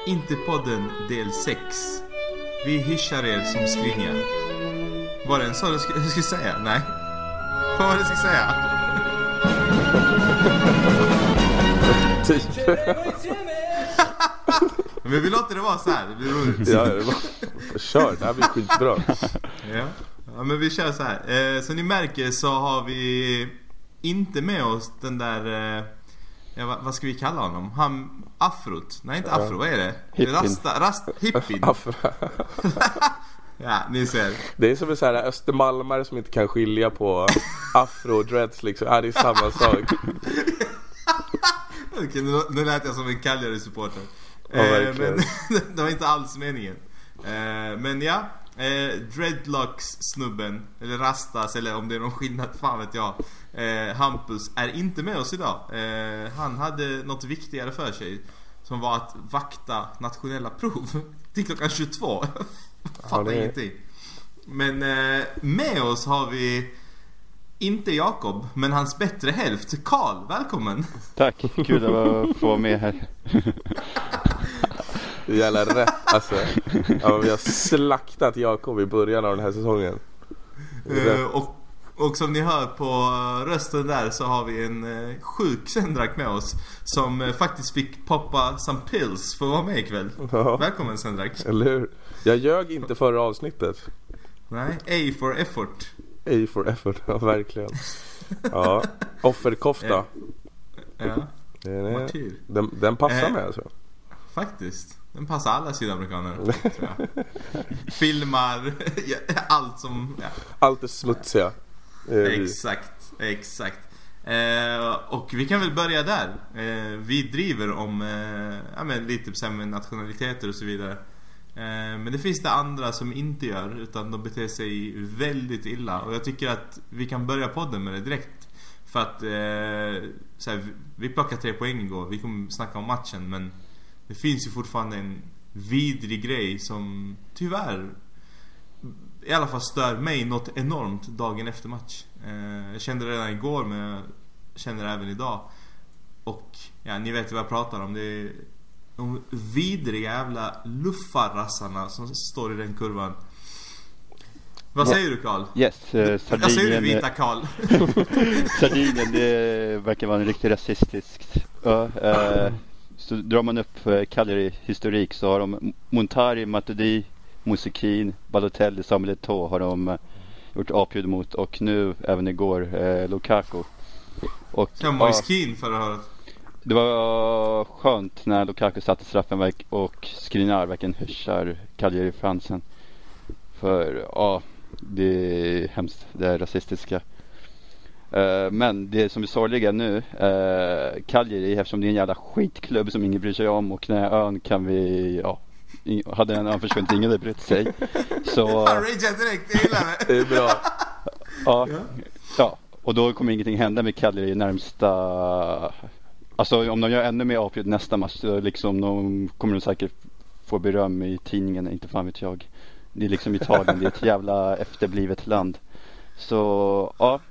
Interpodden del 6. Vi hyschar er som skrinja. Var det en så du skulle säga? Nej. Vad var det du skulle säga? Men vi låter det vara så här. Det blir roligt. Ja, det var... Kör, det här blir skitbra. Ja, men vi kör så här. Som ni märker så har vi inte med oss den där... vad ska vi kalla honom? Han afrot. Nej, inte afro, vad är det? Hippin. Ja, ni ser. Det är som en sån här östermalmare som inte kan skilja på afro och dreads liksom. Ja, det är samma sak. Okej, nu lät jag som en Cagliari-supporter. Ja, verkligen. Men det var inte alls meningen. Men ja, Dreadlocks-snubben, eller Rastas, eller om det är någon skillnad, fan vet jag. Hampus är inte med oss idag. Han hade något viktigare för sig, som var att vakta nationella prov till klockan 22. Fattar ingenting. Men med oss har vi inte Jakob, men hans bättre hälft, Karl. Välkommen. Tack, kul att få vara med här. Det är jävla rätt alltså. Ja, vi har slaktat Jakob i början av den här säsongen. Och som ni hör på rösten där så har vi en sjuk Sendrak med oss, som faktiskt fick poppa some pills för att vara med ikväll. Ja. Välkommen Sendrak. Eller hur? Jag ljög inte förra avsnittet. Nej, A for effort. A for effort, ja verkligen. Ja, offerkofta. Ja, martyr. Den passar med alltså. Faktiskt. Den passar alla sydamerikaner, tror jag. Filmar, allt som... Ja. Allt är smutsiga. Exakt. Och vi kan väl börja där. Vi driver om lite så här med nationaliteter och så vidare. Men det finns det andra som inte gör, utan de beter sig väldigt illa. Och jag tycker att vi kan börja podden med det direkt. För att så här, vi plockade 3 poäng igår. Vi kommer snacka om matchen, men det finns ju fortfarande en vidrig grej som tyvärr i alla fall stör mig något enormt dagen efter match. Jag kände det redan igår, men jag känner det även idag. Och ja, ni vet vad jag pratar om. Det är de vidriga jävla luffarrassarna som står i den kurvan. Vad säger du, Karl? Yes, Sardinien. Jag säger du vita, Karl. Sardinien, det verkar vara en riktigt rasistisk. Så drar man upp Cagliari historik så har de Montari, Matuidi, Musikin, Balotelli, Samuel Eto'o har de gjort avbjud mot, och nu även igår Lukaku. Och Musikin förra året. Det var skönt när Lukaku satte straffen och Skriniar verkligen hyschar Cagliari-fansen. För det är hemskt, det är rasistiska. Men det som är sorgliga nu, Cagliari, eftersom det är en jävla skitklubb som ingen bryr sig om, och när ön kan vi, hade en ön försvunnit, ingen hade brytt sig. Så det är bra. Ja, och då kommer ingenting hända med Cagliari närmsta. Alltså om de gör ännu mer avbjud nästa match, så liksom kommer de säkert få beröm i tidningen, inte fan vet jag. Det är liksom Italien, det är ett jävla efterblivet land. Så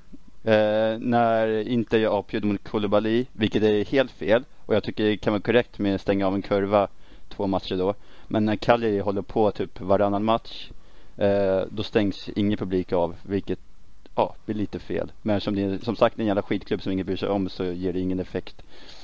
när inte jag avbjud mot Koulibaly, vilket är helt fel, och jag tycker det kan vara korrekt med att stänga av en kurva 2 matcher då. Men när Cagliari håller på typ varannan match, då stängs ingen publik av, vilket blir lite fel. Men som sagt en jävla skitklubb som ingen bryr sig om, så ger det ingen effekt.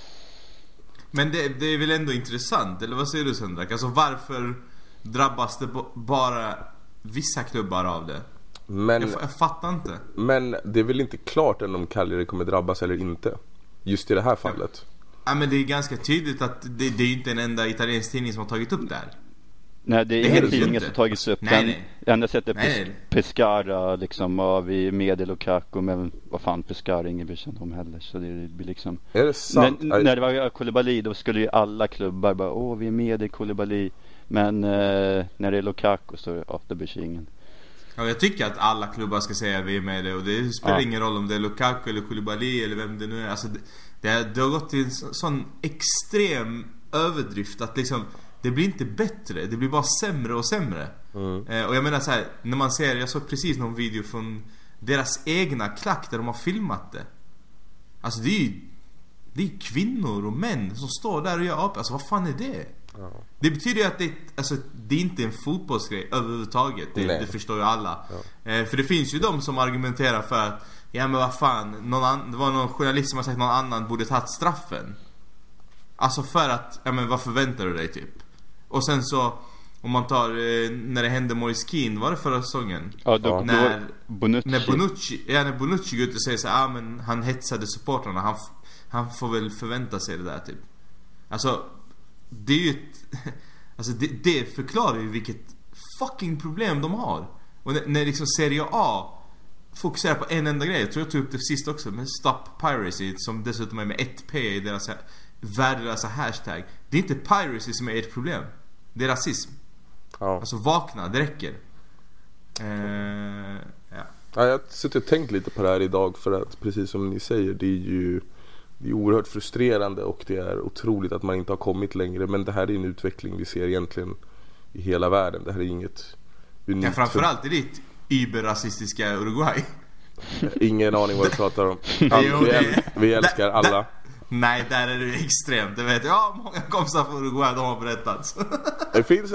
Men det är väl ändå intressant, eller vad säger du, Sendrak? Alltså varför drabbas det bara vissa klubbar av det? Men jag fattar inte. Men det är väl inte klart än om Cagliari kommer drabbas eller inte, just i det här fallet. Ja, men det är ganska tydligt att det är inte en enda italiensk tidning som har tagit upp det här. Nej, det är ingen tidning som har tagits upp. Nej. Enda sättet Pescara liksom vid med Lukaku, men vad fan, Pescara ingen bryr sig om heller, så det blir liksom. Är det sant? När det var Koulibaly, då skulle ju alla klubbar bara vi är med i Koulibaly, men när det är Lukaku så det bryr sig ingen. Ja, jag tycker att alla klubbar ska säga vi är med det, och det spelar ingen roll om det är Lukaku eller Koulibaly eller vem det nu är. Alltså det har gått till en sån extrem överdrift att liksom det blir inte bättre, det blir bara sämre och sämre. Och jag menar så här, när man ser, jag såg precis någon video från deras egna klack där de har filmat det. Alltså det är kvinnor och män som står där och gör alltså vad fan är det? Det betyder ju att det är inte en fotbollsgrej överhuvudtaget. Det förstår ju alla. För det finns ju de som argumenterar för att ja men vad fan, det var någon journalist som har sagt att någon annan borde tagit straffen. Alltså för att, ja men vad förväntar du dig typ? Och sen så, om man tar när det hände Moise Kean, var det förra säsongen? Ja, när Bonucci. När Bonucci går ut och säger så här, men han hetsade supportrarna, han får väl förvänta sig det där typ. Alltså det är ju alltså det förklarar ju vilket fucking problem de har. Och när liksom Serie A fokuserar på en enda grej, jag tror jag tog upp det sist också, med Stop Piracy, som dessutom är med 1P i deras värdelösa hashtag. Det är inte piracy som är ett problem, det är rasism. Alltså vakna, det räcker. Jag har suttit och tänkt lite på det här idag, för att precis som ni säger, det är oerhört frustrerande och det är otroligt att man inte har kommit längre. Men det här är en utveckling vi ser egentligen i hela världen. Det här är inget unikt. Ja, framförallt i ditt überrasistiska Uruguay. Ingen aning vad du pratar om. Vi älskar alla. Nej, där är du extremt. Det vet jag, många kompisar från Uruguay, de har berättat. Det finns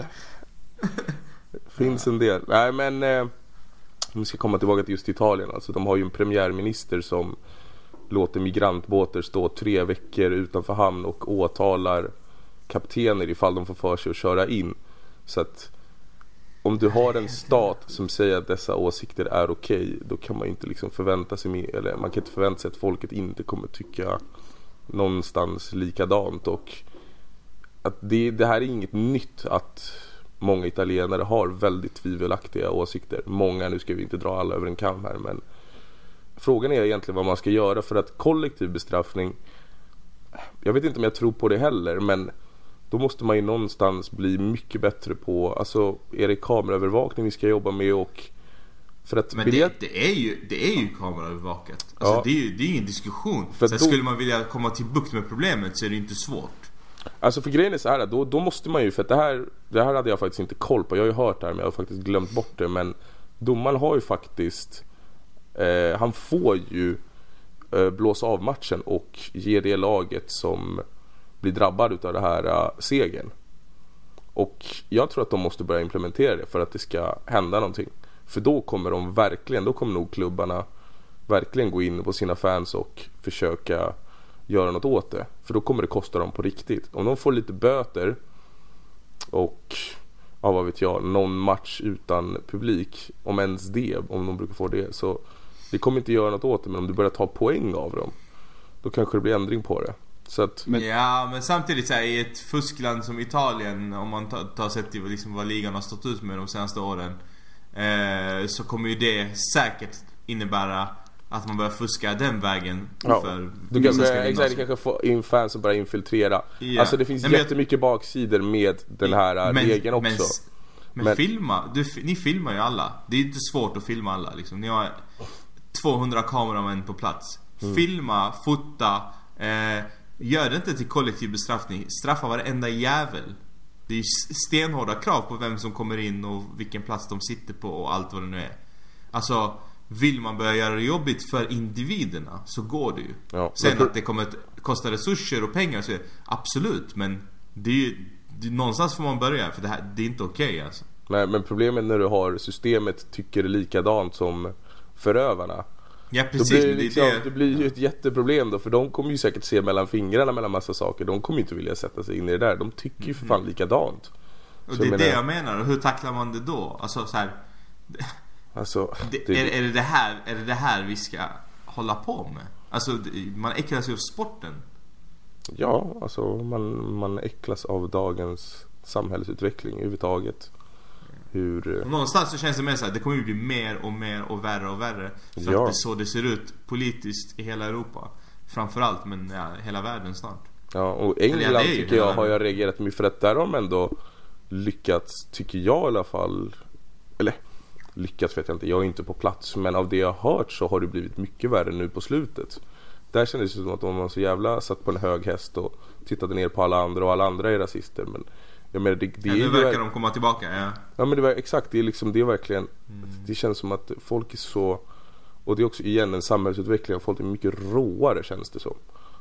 en del. Nej, men vi ska komma tillbaka till just Italien. Alltså, de har ju en premiärminister som låter migrantbåtar stå 3 veckor utanför hamn och åtalar kaptener ifall de får för sig att köra in. Så att om du har en stat som säger att dessa åsikter är okej, då kan man inte liksom förvänta sig eller man kan inte förvänta sig att folket inte kommer tycka någonstans likadant. Och att det här är inget nytt att många italienare har väldigt tvivelaktiga åsikter. Många, nu ska vi inte dra alla över en kam här, men frågan är egentligen vad man ska göra, för att kollektiv bestraffning, jag vet inte om jag tror på det heller, men då måste man ju någonstans bli mycket bättre på, alltså är det kameraövervakning vi ska jobba med? Och för att men det är ju kameraövervakat. Alltså ja. det är ingen diskussion. För så skulle man vilja komma till bukt med problemet så är det inte svårt. Alltså för grejen är så här, då måste man ju, för att det här hade jag faktiskt inte koll på. Jag har ju hört det här men jag har faktiskt glömt bort det. Men domaren har ju faktiskt han får ju blåsa av matchen och ge det laget som blir drabbad utav det här segern. Och jag tror att de måste börja implementera det för att det ska hända någonting. För då kommer nog klubbarna verkligen gå in på sina fans och försöka göra något åt det. För då kommer det kosta dem på riktigt. Om de får lite böter och vad vet jag, någon match utan publik, om ens det, om de brukar få det, så det kommer inte göra något åt det. Men om du börjar ta poäng av dem, då kanske det blir ändring på det. Så att, men samtidigt så här, i ett fuskland som Italien, om man tar sett till liksom vad ligan har stått ut med de senaste åren, så kommer ju det säkert innebära att man börjar fuska den vägen. För du kanske få in fans som börjar infiltrera. Ja. Alltså det finns jättemycket baksidor med den här regeln också. Men ni filmar ju alla. Det är inte svårt att filma alla liksom. Ni har 200 kameramän på plats. Filma, fota, gör det inte till kollektiv bestraffning. Straffa varenda jävel. Det är ju stenhårda krav på vem som kommer in och vilken plats de sitter på och allt vad det nu är. Alltså, vill man börja göra det jobbigt för individerna så går det ju. Ja, sen att det kommer att kosta resurser och pengar, så absolut. Men det är ju någonstans får man börja, för det är inte okej alltså. Nej, men problemet när du har systemet tycker likadant som förövarna. Ja, precis. Det blir ju ett jätteproblem då, för de kommer ju säkert se mellan fingrarna mellan massa saker. De kommer inte vilja sätta sig in i det där. De tycker ju för fan likadant. Och det är det jag menar. Och hur tacklar man det då? Alltså så här, är det här vi ska hålla på med? Alltså man äcklas ju av sporten. Ja, alltså man äcklas av dagens samhällsutveckling överhuvudtaget. Någonstans så känns det mer så här, det kommer ju bli mer och mer och värre. För att det är så det ser ut politiskt i hela Europa. Framförallt, men hela världen snart. Ja, och England tycker jag har jag reagerat mycket, för att där har de ändå lyckats, tycker jag i alla fall. Eller lyckats vet jag inte, jag är inte på plats, men av det jag har hört så har det blivit mycket värre nu på slutet. Där kändes det som att de var så jävla satt på en hög häst och tittade ner på alla andra, och alla andra är rasister. Men jag menar, nu verkar de komma tillbaka. Ja, men det var exakt, det är liksom, det är verkligen det känns som att folk är så, och det är också igen en samhällsutveckling, folk är mycket råare, känns det som.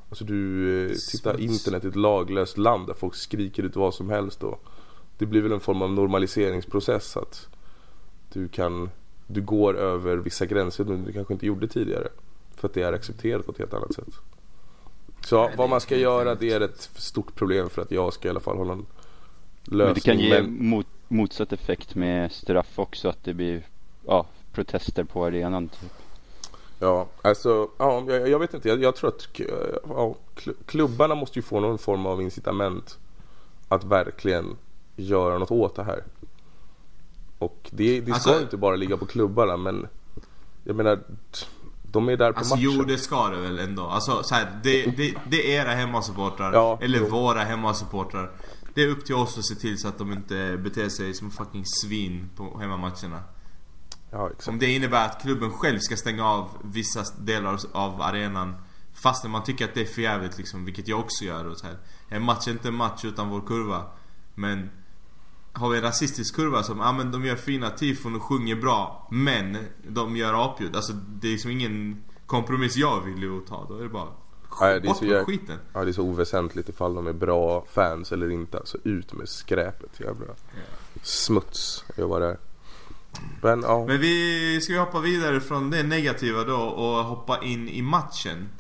Alltså du tittar internet i ett laglöst land där folk skriker ut vad som helst då. Det blir väl en form av normaliseringsprocess att du går över vissa gränser som du kanske inte gjorde tidigare. För att det är accepterat på ett helt annat sätt. Så vad man ska göra, det är ett stort problem för att jag ska i alla fall ha någon lösning. Men det kan ge motsatt effekt med straff också, att det blir protester på arenan typ. Ja, alltså jag vet inte, jag tror att klubbarna måste ju få någon form av incitament att verkligen göra något åt det här. Och det ska alltså, inte bara ligga på klubbarna, men jag menar, de är där på matchen. Jo, det ska det väl ändå. Alltså så här, det är era hemmasupportrar eller våra hemmasupportrar. Det är upp till oss att se till så att de inte beter sig som fucking svin på hemmamatcherna. Ja, exakt. Om det innebär att klubben själv ska stänga av vissa delar av arenan fastän man tycker att det är för jävligt liksom, vilket jag också gör och så här. En match är inte en match utan vår kurva. Men har vi en rasistisk kurva som men de gör fina tifon och sjunger bra, men de gör apljud. Alltså det är liksom ingen kompromiss jag vill ju ta. Då är det bara bort med skiten. Ja, det är så oväsentligt ifall de är bra fans eller inte. Alltså ut med skräpet, jävla smuts. Jag var där. Men vi ska hoppa vidare från det negativa då och hoppa in i matchen.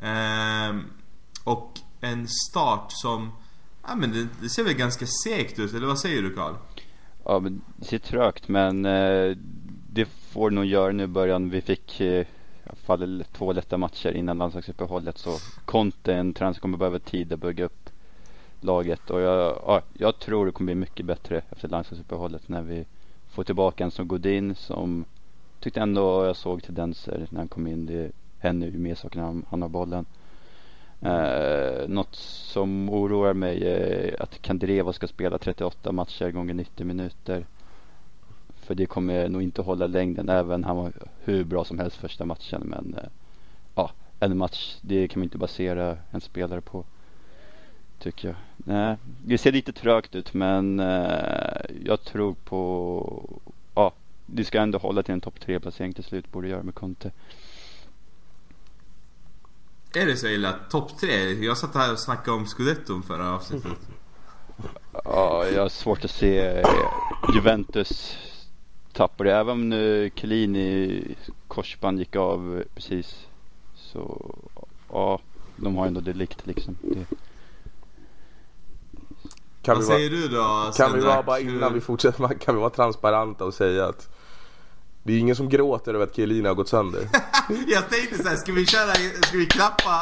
Och en start som men det ser väl ganska segt ut, eller vad säger du, Carl? Ja, men det ser trögt, men det får nog göra nu i början. Vi fick i alla fall 2 lätta matcher innan landslagsuppehållet, så Conte, en tränare, kommer behöva tid att bygga upp laget. Och jag tror det kommer bli mycket bättre efter landslagsuppehållet när vi får tillbaka en som Godin, som tyckte ändå jag såg tendenser när han kom in. Det händer ju mer saker när han har bollen. Något som oroar mig är att Kandreva ska spela 38 matcher gånger 90 minuter. För det kommer nog inte hålla längden, även han var hur bra som helst första matchen. Men en match, det kan man inte basera en spelare på, tycker jag. Nej, det ser lite trögt ut, men jag tror på det ska ändå hålla till en topp 3-placering till slut, borde göra med Conte. Är det så illa? Topp 3? Jag satt här och snackade om Scudetton förra avsnittet. Ja, jag har svårt att se Juventus tappar det. Även om nu Chiellini korsband gick av precis, så de har ändå delikt liksom. Vad säger du då? Kan vi bara innan vi fortsätter, kan vi vara transparenta och säga att det är ingen som gråter över att Chiellini har gått sönder. Jag tänkte så här, ska vi klappa?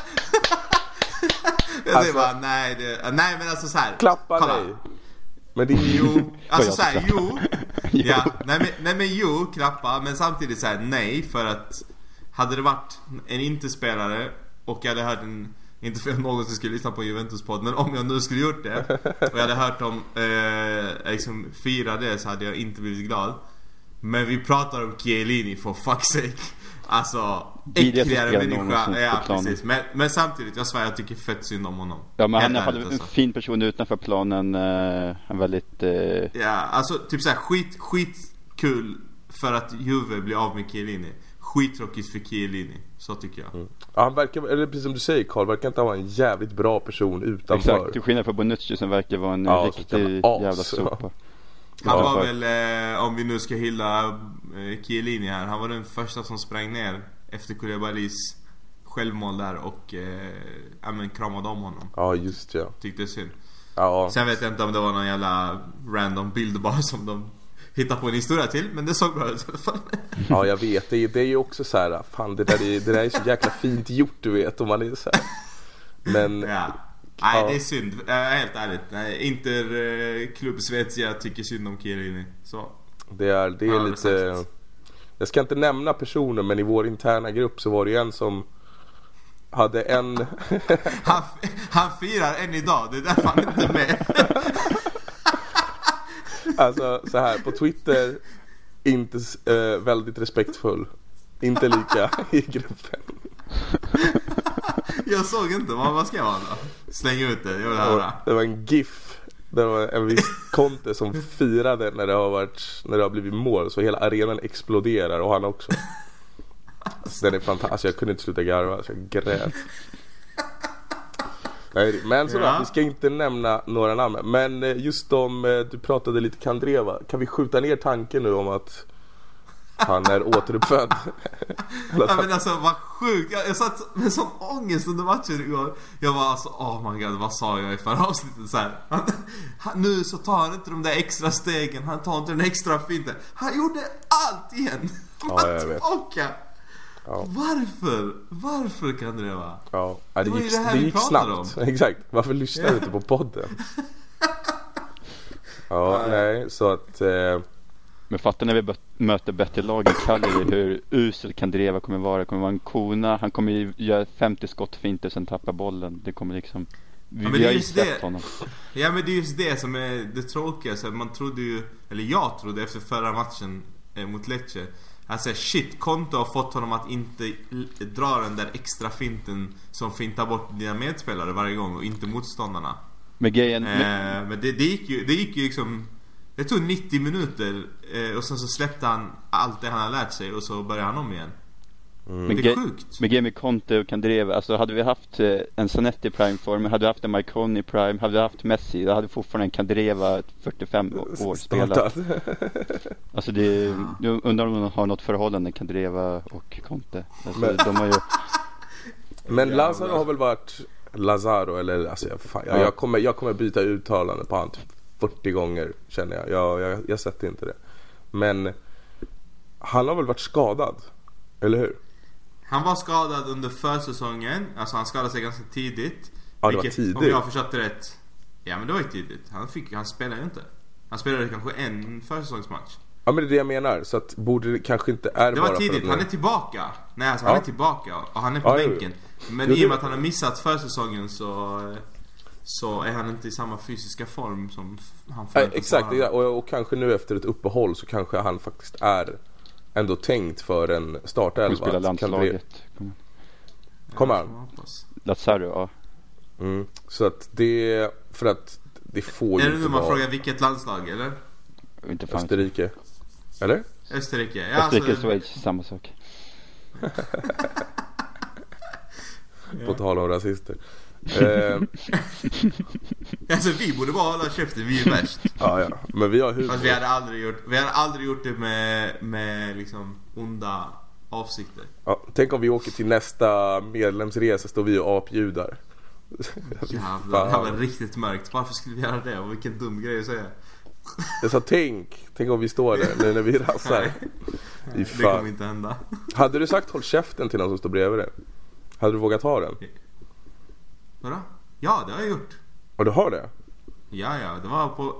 Jag säger bara, nej men alltså så här. Klappa kolla. Nej. Men det är alltså så här, ja, nej men klappa, men samtidigt så här, nej, för att hade det varit en inte-spelare och jag hade hört inte för att någon skulle lyssna på Juventus-podd, men om jag nu skulle gjort det och jag hade hört dem liksom fira det, så hade jag inte blivit glad. Men vi pratar om Chiellini, for fuck's sake. Alltså, äckligare människa. Ja, precis. Men samtidigt, jag tycker fett synd om honom. Ja, men han är en fin person utanför planen. En väldigt... Ja, alltså typ såhär skit kul för att Juve blir av med Chiellini. Skittråkigt för Chiellini, så tycker jag. Ja, han verkar, eller precis som du säger, Carl, verkar inte vara en jävligt bra person utanför. Exakt, till skillnad från Bonucci som verkar vara en riktig jävla sopa. Han var väl, om vi nu ska hylla Chiellini här, han var den första som sprang ner efter Koulibalys självmål där och kramade om honom. Ja, just ja. Tyckte synd. Ja. Sen vet jag inte om det var någon jävla random bild bara som de hittade på en historia till, men det såg bra ut i alla fall. Ja, jag vet. Det är ju också så här, fan, det där är så jäkla fint gjort, du vet, om man är så här. Men... Ja. Nej, det är synd. Helt ärligt. Klubb Svezia tycker synd om Chiellini. Så. Det är lite... Jag ska inte nämna personer, men i vår interna grupp så var det en som hade en... han firar än idag. Det är därför han inte är med. Alltså, så här, på Twitter inte väldigt respektfull. Inte lika i gruppen. Jag såg inte, vad ska jag vara då? Släng ut det, jag vill höra. Det var en gif. Det var en viss Conte som firade när det har blivit mål, så hela arenan exploderar, och han också. Den är fantastisk, jag kunde inte sluta garva, så jag grät. Nej, men sådär, vi ska inte nämna några namn. Men just om du pratade lite Kandreva. Kan vi skjuta ner tanken nu om att han är återuppfödd? Ja, men alltså vad sjukt. Jag satt med sån ångest under matchen igår. Jag var alltså, oh my god, vad sa jag i förra avsnittet så här. Nu så tar han inte de där extra stegen. Han tar inte den extra finten. Han gjorde allt igen. Ja, jag vet. Ja. Varför kan det vara? Ja, det gick snabbt. Exakt. Varför lyssnar du inte på podden? Ja, nej, så att Men fattar när vi möter bättre lag än Cagliari hur usel Kandreva kommer vara. Det kommer vara en kona. Han kommer ju göra 50 skott för inte sen tappa bollen. Det kommer liksom vi har ju släppt honom. Ja, men det är just det som är det tråkiga. Så man trodde ju, eller jag trodde efter förra matchen mot Lecce, alltså shit, Conte har fått honom att inte dra den där extra finten som fintar bort dina medspelare varje gång och inte motståndarna. Men det gick ju liksom. Det tog 90 minuter och sen så släppte han allt det han har lärt sig och så började han om igen. Det är sjukt. Med Game Conte och Kandreva, alltså hade vi haft en Zanetti prime form, hade vi haft en Marconi prime, hade vi haft Messi, då hade fortfarande en Kandreva 45 år spelat. Alltså jag undrar om de har något förhållande, Kandreva och Conte. Alltså, de har ju... Men Lazaro har väl varit Lazaro eller alltså jag kommer byta uttalande på han typ 40 gånger känner jag sätter inte det. Men han har väl varit skadad, eller hur? Han var skadad under försäsongen. Alltså han skadade sig ganska tidigt. Ja, det var tidigt. Om jag förstått det rätt. Ja, men det var ju tidigt. Han spelade ju inte. Han spelade kanske en försäsongsmatch. Ja, men det är det jag menar. Så att borde det kanske inte är det bara var tidigt, han är tillbaka. Nej, alltså han är tillbaka och han är på bänken. Men i och med att han har missat försäsongen så är han inte i samma fysiska form som han förut. Exakt, och kanske nu efter ett uppehåll så kanske han faktiskt är ändå tänkt för en startelva. Han spelar landslaget. Kommer han? Lazaro, ja. Så att det, för att det får ju inte vara... Är det nu man frågar vilket landslag, eller? Inte fan. Österrike. Eller? Österrike, ja. Österrike och Schweiz, samma sak. På tal om rasister. Alltså vi borde bara hålla käften, vi är värst. Ja. Men vi har humor. Fast vi hade aldrig gjort det med liksom onda avsikter. Ja, tänk om vi åker till nästa medlemsresa, står vi och apjudar. Jävlar, det här var riktigt mörkt. Varför skulle vi göra det? Och vilken dum grej att säga. Jag sa tänk om vi står där nu när vi rassar. Det kommer inte hända. Hade du sagt håll käften till någon som står bredvid dig? Hade du vågat ha den? Vadå? Ja, det har jag gjort. Och du har det? Ja, det var på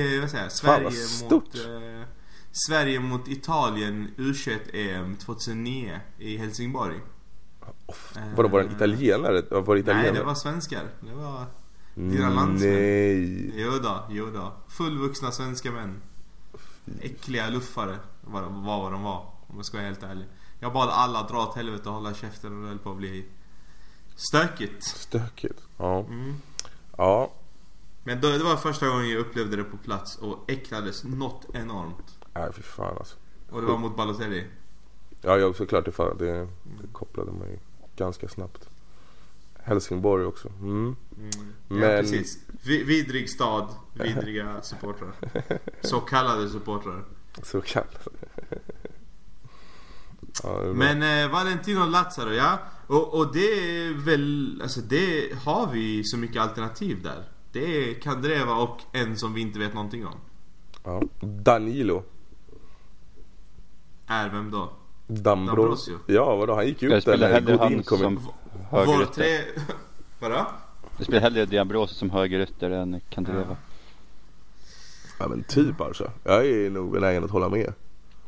Sverige mot Italien U21-EM 2009 i Helsingborg. Var det en italienare? Nej, det var svenskar. Det var dina landsmän. Nej. Jo då. Fullvuxna svenska män. Äckliga luffare vad de var, om jag ska vara helt ärlig. Jag bad alla dra åt helvete och hålla käften och det höll på att bli stökigt, ja. Ja. Men det var första gången jag upplevde det på plats och äcklades något enormt. Nej, fy fan alltså. Och det var mot Balotelli. Ja, jag såklart det kopplade mig ganska snabbt. Helsingborg också. Men ja, precis. Vidrig stad, vidriga supportrar. Så kallade supportrar. Så kallade. Ja, men Valentino Lazaro, ja. Och det är väl, alltså det har vi så mycket alternativ där. Det är Kandreva och en som vi inte vet någonting om. Ja, Danilo. Är vem då? D'Ambrosio. Ja, vadå? Han gick ut där Godin kom in. Vadå? Det spelar hellre D'Ambrosio som högerytter än Kandreva. Ja, men typ alltså. Jag är nog benägen att hålla med.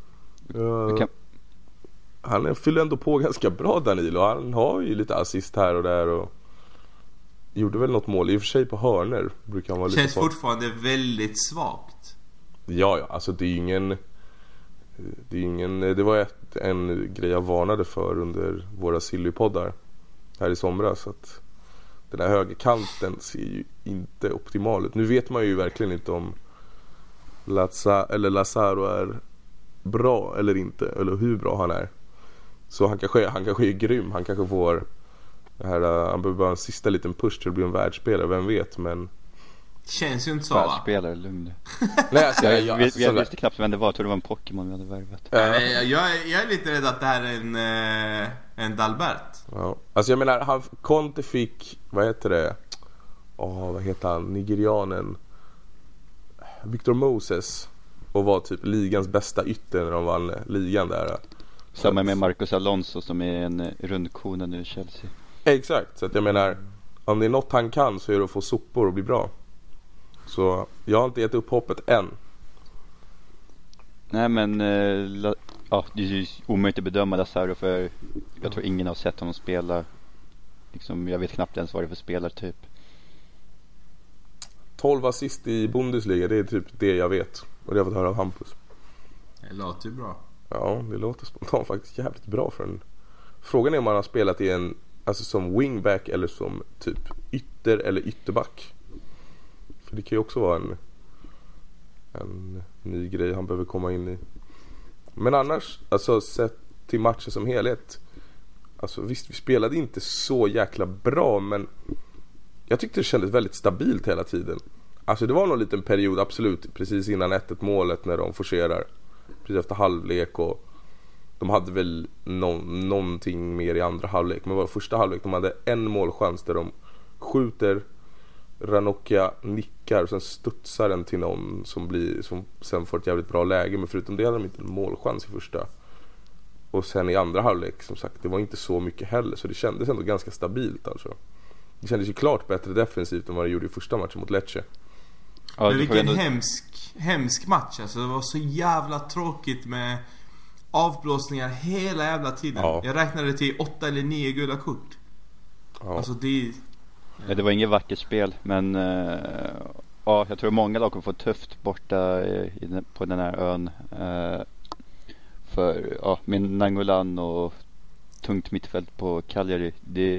Han fyller ändå på ganska bra, Danilo. Han har ju lite assist här och där och gjorde väl något mål i och för sig på hörner. Brukar han vara känns lite fortfarande väldigt svagt. Ja, alltså det är ingen det var en grej jag varnade för under våra Silly-poddar här i somras, att den här högerkanten ser ju inte optimal ut. Nu vet man ju verkligen inte om Lazaro är bra eller inte, eller hur bra han är. Så han kanske är grym. Han kanske får Han behöver bara en sista liten push till att bli en världsspelare, vem vet, men känns ju inte så, va? Världsspelare, lugn. Nej, alltså, jag visste knappt vem det var, jag tror det var en Pokémon vi hade värvat. Jag är lite rädd att det här är en Dalbert. Ja. Alltså jag menar, Conte fick, vad heter han, nigerianen Victor Moses, och var typ ligans bästa ytter när de vann ligan där. Samma med Marcos Alonso som är en rundkona nu i Chelsea. Exakt, så att jag menar, om det är något han kan så är det att få sopor och bli bra. Så jag har inte gett upp hoppet än. Nej, men det är ju omöjligt att bedöma Lazaro, för jag tror ingen har sett honom spela. Liksom, jag vet knappt ens vad det är för spelartyp. 12 assist i Bundesliga, det är typ det jag vet. Och det har jag fått höra av Hampus. Det låter ju bra. Ja, det låter spontant faktiskt jävligt bra för en. Frågan är om man har spelat i en, alltså som wingback eller som typ ytter eller ytterback. För det kan ju också vara en ny grej han behöver komma in i. Men annars, alltså sett till matchen som helhet, alltså visst, vi spelade inte så jäkla bra, men jag tyckte det kändes väldigt stabilt hela tiden. Alltså det var någon liten period, absolut, precis innan 1-1 målet när de forcerar, precis efter halvlek, och de hade väl någonting mer i andra halvlek, men var första halvlek de hade en målchans där de skjuter, Ranocchia nickar och sen studsar den till någon som sen får ett jävligt bra läge, men förutom det hade de inte en målchans i första. Och sen i andra halvlek, som sagt, det var inte så mycket heller, så det kändes ändå ganska stabilt alltså. Det kändes ju klart bättre defensivt än vad det gjorde i första matchen mot Lecce. Ja, men vilken hemsk match alltså. Det var så jävla tråkigt med avblåsningar hela jävla tiden. Ja. Jag räknade till 8 eller 9 gula kort. Ja. Alltså det var inget vackert spel, men jag tror många lag kommer få tufft borta på den här ön. För med Nangolan och tungt mittfält på Cagliari,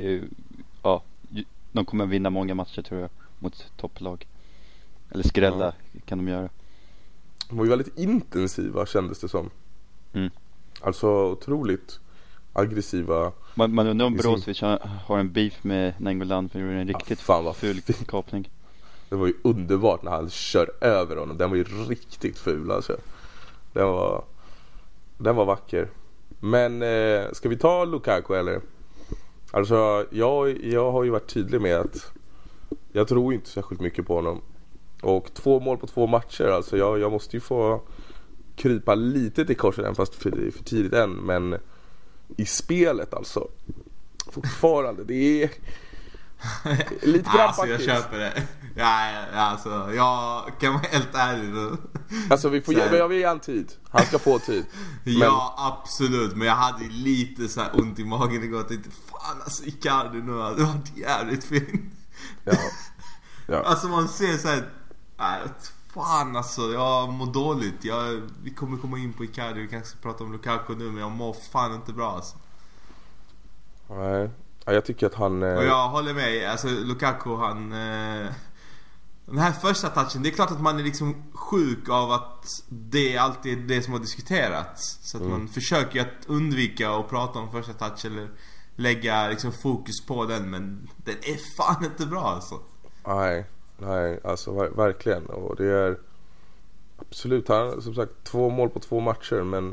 de kommer vinna många matcher tror jag mot topplag. Eller skrälla kan de göra. De var ju väldigt intensiva, kändes det som. Alltså otroligt aggressiva. Man undrar om Brozovic har en beef med Nangolan, för det är en riktigt ful kapning. Det var ju underbart när han kör över honom. Den var ju riktigt ful alltså. Den var vacker. Men ska vi ta Lukaku eller? Alltså jag har ju varit tydlig med att jag tror inte särskilt mycket på honom. Och 2 mål på 2 matcher, alltså jag måste ju få krypa lite till korset än, fast för tidigt än. Men i spelet alltså, fortfarande, det är lite alltså jag köper det. Alltså jag kan vara helt ärlig nu. Alltså vi får ge han tid. Han ska få tid. Ja, absolut. Men jag hade lite så här ont i magen igår. Jag tänkte, fan alltså Icardi nu, det var jävligt fint. Ja. Alltså man ser så här, fan alltså, jag mår dåligt. Vi kommer komma in på Icardi. Vi kanske ska prata om Lukaku nu, men jag mår fan inte bra alltså. Nej, jag tycker att han och jag håller med, alltså Lukaku, den här första touchen, det är klart att man är liksom sjuk av att det är alltid det som har diskuterats. Så att man försöker att undvika att prata om första touch eller lägga liksom fokus på den, men den är fan inte bra alltså. Nej, alltså verkligen. Och det är absolut, han som sagt 2 mål på 2 matcher, men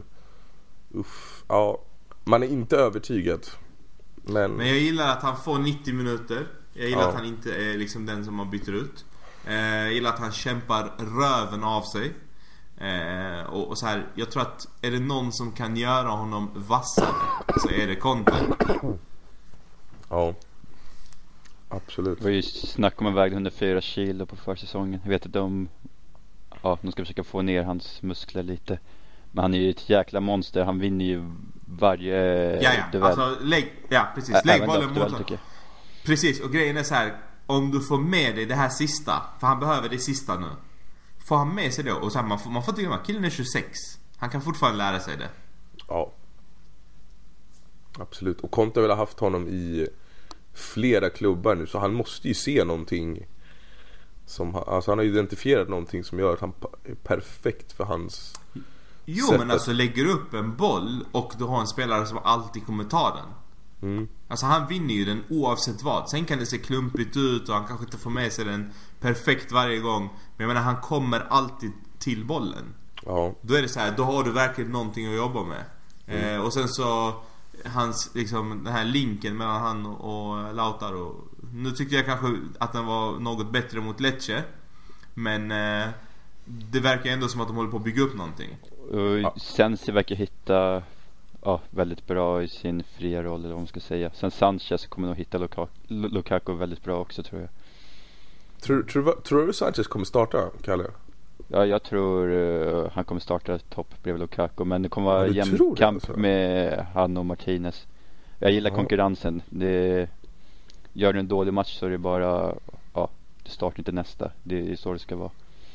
man är inte övertygad. Men jag gillar att han får 90 minuter. Jag gillar att han inte är liksom den som man byter ut. Jag gillar att han kämpar röven av sig. Och så här, jag tror att är det någon som kan göra honom vassare, så är det Conte. Ja, absolut. Det var ju snack om en väg 104 kilo på försäsongen. Jag vet att de ska försöka få ner hans muskler lite. Men han är ju ett jäkla monster. Han vinner ju varje duell. Alltså, lägg bollen mot. Precis, och grejen är så här, om du får med dig det här sista, för han behöver det sista nu. Får han med sig det, och så här, man får tycka att killen är 26. Han kan fortfarande lära sig det. Ja. Absolut. Och Conte har väl haft honom i flera klubbar nu, så han måste ju se någonting som, alltså han har identifierat någonting som gör att han är perfekt för hans men alltså lägger upp en boll och du har en spelare som alltid kommer ta den. Alltså han vinner ju den oavsett vad. Sen kan det se klumpigt ut och han kanske inte får med sig den perfekt varje gång. Men jag menar, han kommer alltid till bollen. Ja. Då är det så här, då har du verkligen någonting att jobba med. Och sen så hans, liksom, den här linken mellan han och Lautaro. Nu tyckte jag kanske att den var något bättre mot Lecce. Men det verkar ändå som att de håller på att bygga upp någonting. Sensi verkar hitta väldigt bra i sin fria roll, eller vad man ska säga. Sen Sanchez kommer nog hitta Lukaku väldigt bra också, tror jag. Tror du Sanchez kommer starta, Kalle? Ja, jag tror han kommer starta topp bredvid Lukaku. Men det kommer vara jämn kamp alltså med han och Martinez. Jag gillar konkurrensen. Gör du en dålig match så är det bara det startar inte nästa. Det är så det ska vara.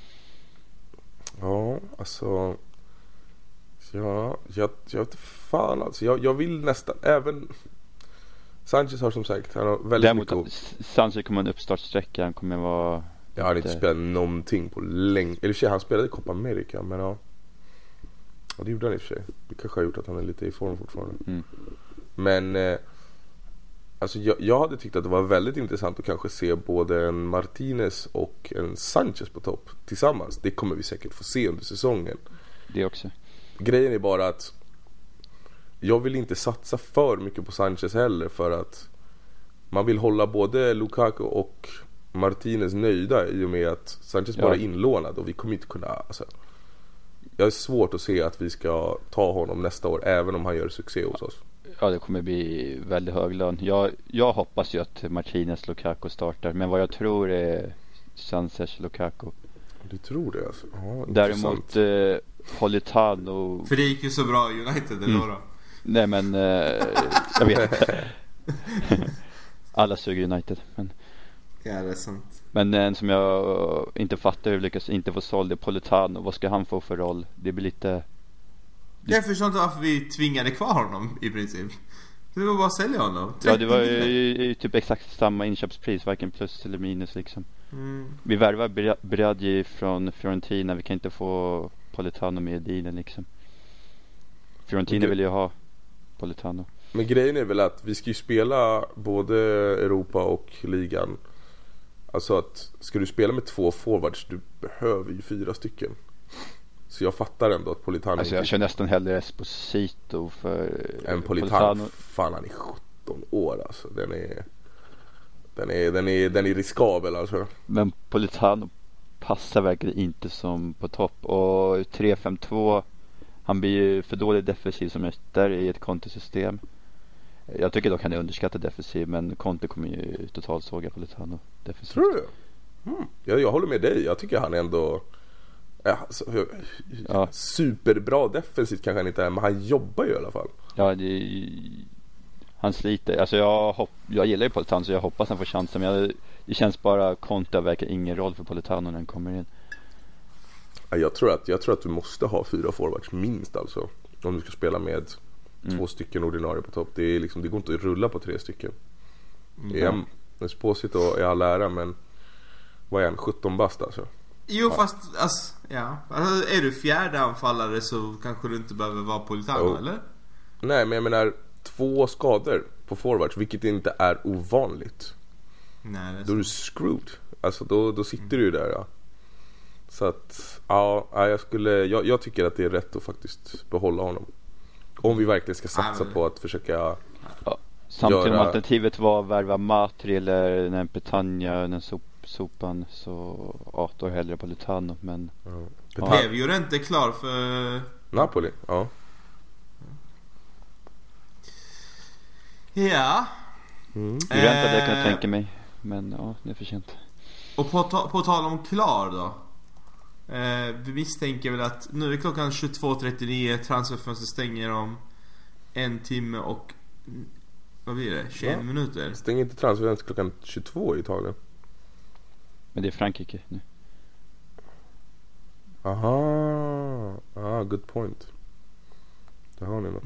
Ja, alltså jag vet fan alltså. Jag vill nästan även Sanchez har som sagt, han har väldigt däremot, mycket. Sanchez kommer en uppstartsträcka. Han kommer vara jag har inte spelat någonting på länge. Eller för han spelade i Copa America, men ja, det gjorde han i och för sig. Det kanske har gjort att han är lite i form fortfarande. Men alltså jag hade tyckt att det var väldigt intressant att kanske se både en Martinez och en Sanchez på topp tillsammans. Det kommer vi säkert få se under säsongen. Det också. Grejen är bara att jag vill inte satsa för mycket på Sanchez heller, för att man vill hålla både Lukaku och Martinez nöjda i och med att Sanchez bara är inlånad och vi kommer inte kunna, alltså, jag är svårt att se att vi ska ta honom nästa år även om han gör succé hos oss. Ja, det kommer bli väldigt hög lön. Jag hoppas ju att Martinez Lukaku startar, men vad jag tror är Sanchez Lukaku. Du tror det alltså? Ja, däremot Politano. För det gick ju så bra i United, eller då? Nej, men jag vet inte. Alla suger United, men ja, det är sant. Men en som jag inte fattar lyckas inte få såld är Politano. Vad ska han få för roll? Det blir lite... Jag förstår inte varför vi tvingade kvar honom i princip. Det var bara att sälja honom. Ja, det var ju typ exakt samma inköpspris, varken plus eller minus liksom. Vi värvar Bradji från Fiorentina. Vi kan inte få Politano med i dealen liksom. Fiorentina vill ju ha Politano. Men grejen är väl att vi ska ju spela både Europa och ligan. Alltså att ska du spela med 2 forwards, du behöver ju 4 stycken. Så jag fattar ändå att Politano... Alltså jag kör nästan hellre Esposito för... En Politano. Fan, han är 17 år alltså. Den är riskabel alltså. Men Politano passar verkligen inte som på topp. Och 3-5-2, han blir ju för dålig defensiv som ytter i ett kontosystem. Jag tycker dock han är underskattad defensiv, men Conte kommer ju totalt såga Politano defensivt. Tror du? Jag håller med dig. Jag tycker han är ändå superbra defensivt kanske han inte är, men han jobbar ju i alla fall. Ja, han sliter. Alltså jag gillar ju Politano, så jag hoppas han får chansen, men det känns bara Conte verkar ingen roll för Politano när han kommer in. Jag tror att du måste ha 4 forwards minst alltså, om du ska spela med 2 stycken ordinarie på topp. Det är liksom, det går inte att rulla på 3 stycken. Esposito är all ära, men vad är han, 17 bast alltså? Jo, fast alltså, alltså, är du fjärde anfallare så kanske du inte behöver vara Politano, eller? Nej, men jag menar 2 skador på forwards, vilket inte är ovanligt. Nej, det är då är du screwed. Alltså då sitter du ju där, ja. Så att jag tycker att det är rätt att faktiskt behålla honom. Om vi verkligen ska satsa på att försöka samtidigt om alternativet var värva Matri eller en Petagna, en sopan, så då är hellre Politano. Men blev ju inte klar för Napoli, ja. Det väntade jag kunna tänka mig, men det är för sent. Och på tal om klar då, vi misstänker väl att nu är klockan 22.39, transferfönstret stänger om 1 timme och vad blir det? 21 minuter. Stänger inte transferfönstret klockan 22 i Italien? Men det är Frankrike nu. Aha, good point. Det har ni något.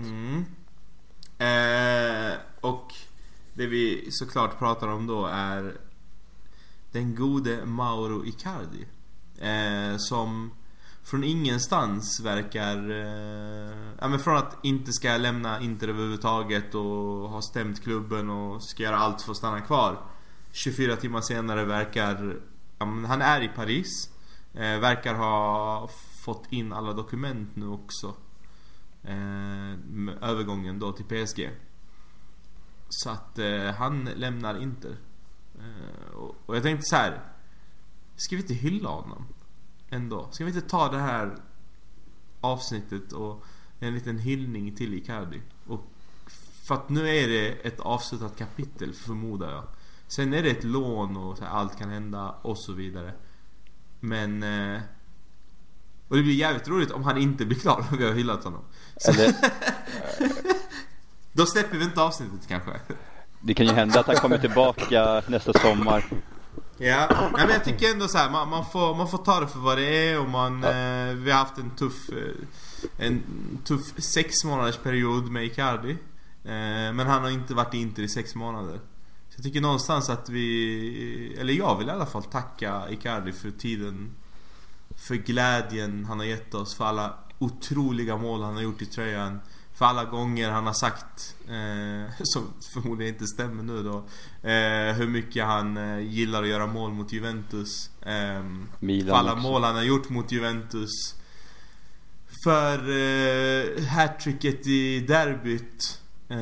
Och det vi såklart pratar om då är den gode Mauro Icardi, som från ingenstans verkar men från att inte ska lämna Inter överhuvudtaget och ha stämt klubben och ska göra allt för att stanna kvar. 24 timmar senare verkar han är i Paris, verkar ha fått in alla dokument nu också, med övergången då till PSG. Så att han lämnar Inter. Och jag tänkte så här, ska vi inte hylla honom ändå? Ska vi inte ta det här avsnittet och en liten hyllning till Icardi? Och för att nu är det ett avslutat kapitel, förmodar jag. Sen är det ett lån och så här, allt kan hända och så vidare. Men och det blir jävligt roligt om han inte blir klar och vi har hyllat honom. Då släpper vi inte avsnittet kanske. Det kan ju hända att han kommer tillbaka nästa sommar. Ja, men jag tycker ändå så här, man får ta det för vad det är. Och vi har haft en tuff 6 månaders period med Icardi, men han har inte varit i Inter i 6 månader. Så jag tycker någonstans att jag vill i alla fall tacka Icardi för tiden, för glädjen han har gett oss, för alla otroliga mål han har gjort i tröjan, för alla gånger han har sagt, som förmodligen inte stämmer nu då, hur mycket han gillar att göra mål mot Juventus, för alla också. Mål han har gjort mot Juventus, för hattricket i derbyt,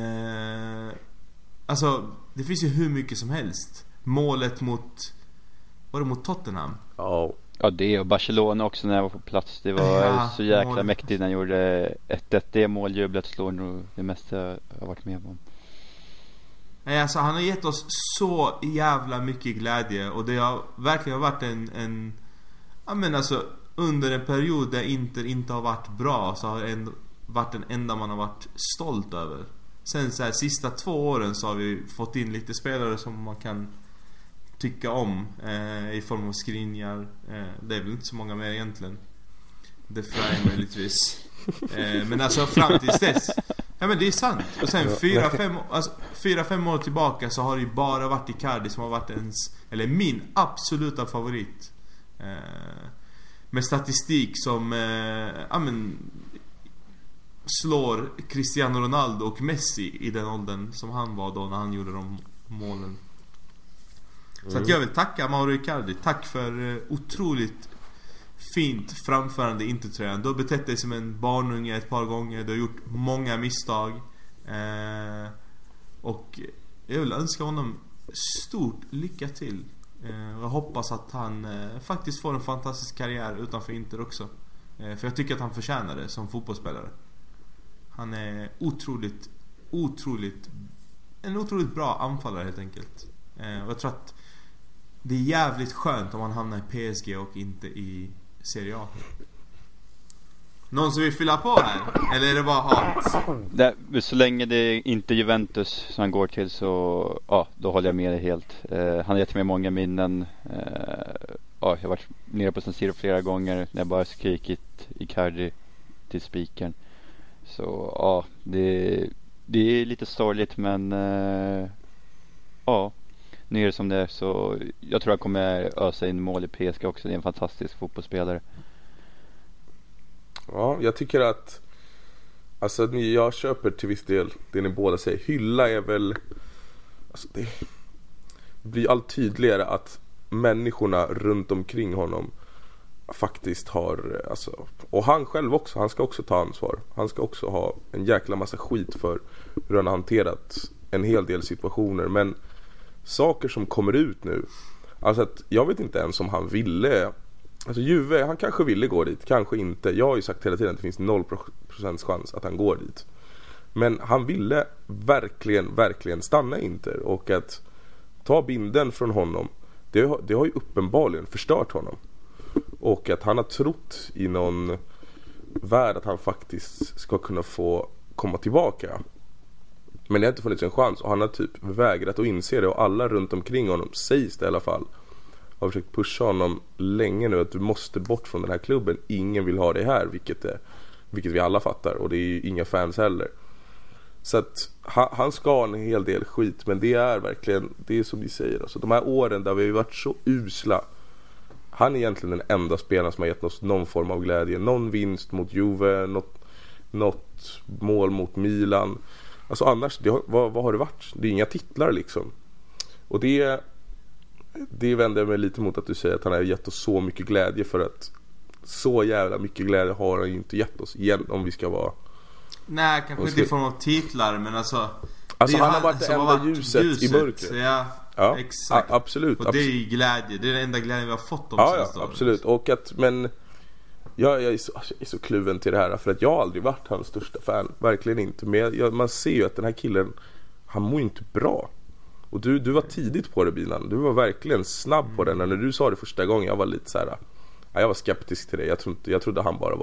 alltså det finns ju hur mycket som helst. Målet mot Tottenham. Ja, det och Barcelona också när jag var på plats. Det var så jäkla mäktigt när han gjorde 1-1. Det måljublet slår nog det mesta jag har varit med om. Nej, alltså han har gett oss så jävla mycket glädje. Och det har verkligen varit alltså under en period där Inter inte har varit bra, så har det varit den enda man har varit stolt över. Sen så här, sista 2 åren så har vi fått in lite spelare som man kan tycka om, i form av Skriniar. Det är väl inte så många mer egentligen. Det fly möjligtvis. Men alltså fram till dess, ja men det är sant. Och sen 4-5 år tillbaka så har det ju bara varit Icardi som har varit min absoluta favorit. Med statistik som slår Cristiano Ronaldo och Messi i den åldern som han var då när han gjorde de målen. Så att jag vill tacka Mauro Icardi. Tack för otroligt fint framförande Intertröjan. Du har betett dig som en barnunge ett par gånger. Du har gjort många misstag, och jag vill önska honom stort lycka till. Jag hoppas att han faktiskt får en fantastisk karriär utanför Inter också, för jag tycker att han förtjänar det som fotbollsspelare. Han är en otroligt bra anfallare helt enkelt. Och jag tror att det är jävligt skönt om man hamnar i PSG och inte i Serie A. Någon som vill fylla på här? Eller är det bara hat? Så länge det inte är Juventus som han går till, så då håller jag med dig helt. Han har gett mig många minnen. Jag har varit nere på San Siro flera gånger när jag bara skrikit Icardi till spiken. Så det är lite sorgligt, men nu är det som det är. Så jag tror han kommer ösa in mål i PSG också. Det är en fantastisk fotbollsspelare. Ja, jag tycker att jag köper till viss del det ni båda säger. Hylla är väl, det blir allt tydligare att människorna runt omkring honom faktiskt har, och han själv också, han ska också ta ansvar. Han ska också ha en jäkla massa skit för hur han har hanterat en hel del situationer. Men saker som kommer ut nu, att jag vet inte ens om han ville, Juve, han kanske ville gå dit, kanske inte. Jag har ju sagt hela tiden att det finns 0% chans att han går dit. Men han ville verkligen stanna Inter, och att ta binden från honom, det har ju uppenbarligen förstört honom. Och att han har trott i någon värld att han faktiskt ska kunna få komma tillbaka. Men det har inte funnits en chans, och han har typ vägrat att inse det. Och alla runt omkring honom, sägs det i alla fall, har försökt pusha honom länge nu att du måste bort från den här klubben. Ingen vill ha dig här, vilket vi alla fattar. Och det är ju inga fans heller. Så att han ska ha en hel del skit. Men det är verkligen, det är som vi säger, de här åren där vi har varit så usla, han är egentligen den enda spelaren som har gett oss någon form av glädje. Någon vinst mot Juve, något mål mot Milan. Alltså annars, vad har det varit? Det är inga titlar liksom. Och det vänder jag mig lite mot att du säger att han har gett oss så mycket glädje, för att så jävla mycket glädje har han ju inte gett oss igen, om vi ska vara... Nej, kanske inte i form av titlar, men alltså han har varit det enda ljuset i mörkret. Ja, exakt. Absolut. Och det är glädje, det är den enda glädjen vi har fått om absolut. Och men jag är så kluven till det här, för att jag har aldrig varit hans största fan, verkligen inte. Men man ser ju att den här killen, han mår inte bra. Och du var tidigt på det, Bilan. Du var verkligen snabb på den. När du sa det första gången, jag var lite så här, jag var skeptisk till det. Jag trodde han bara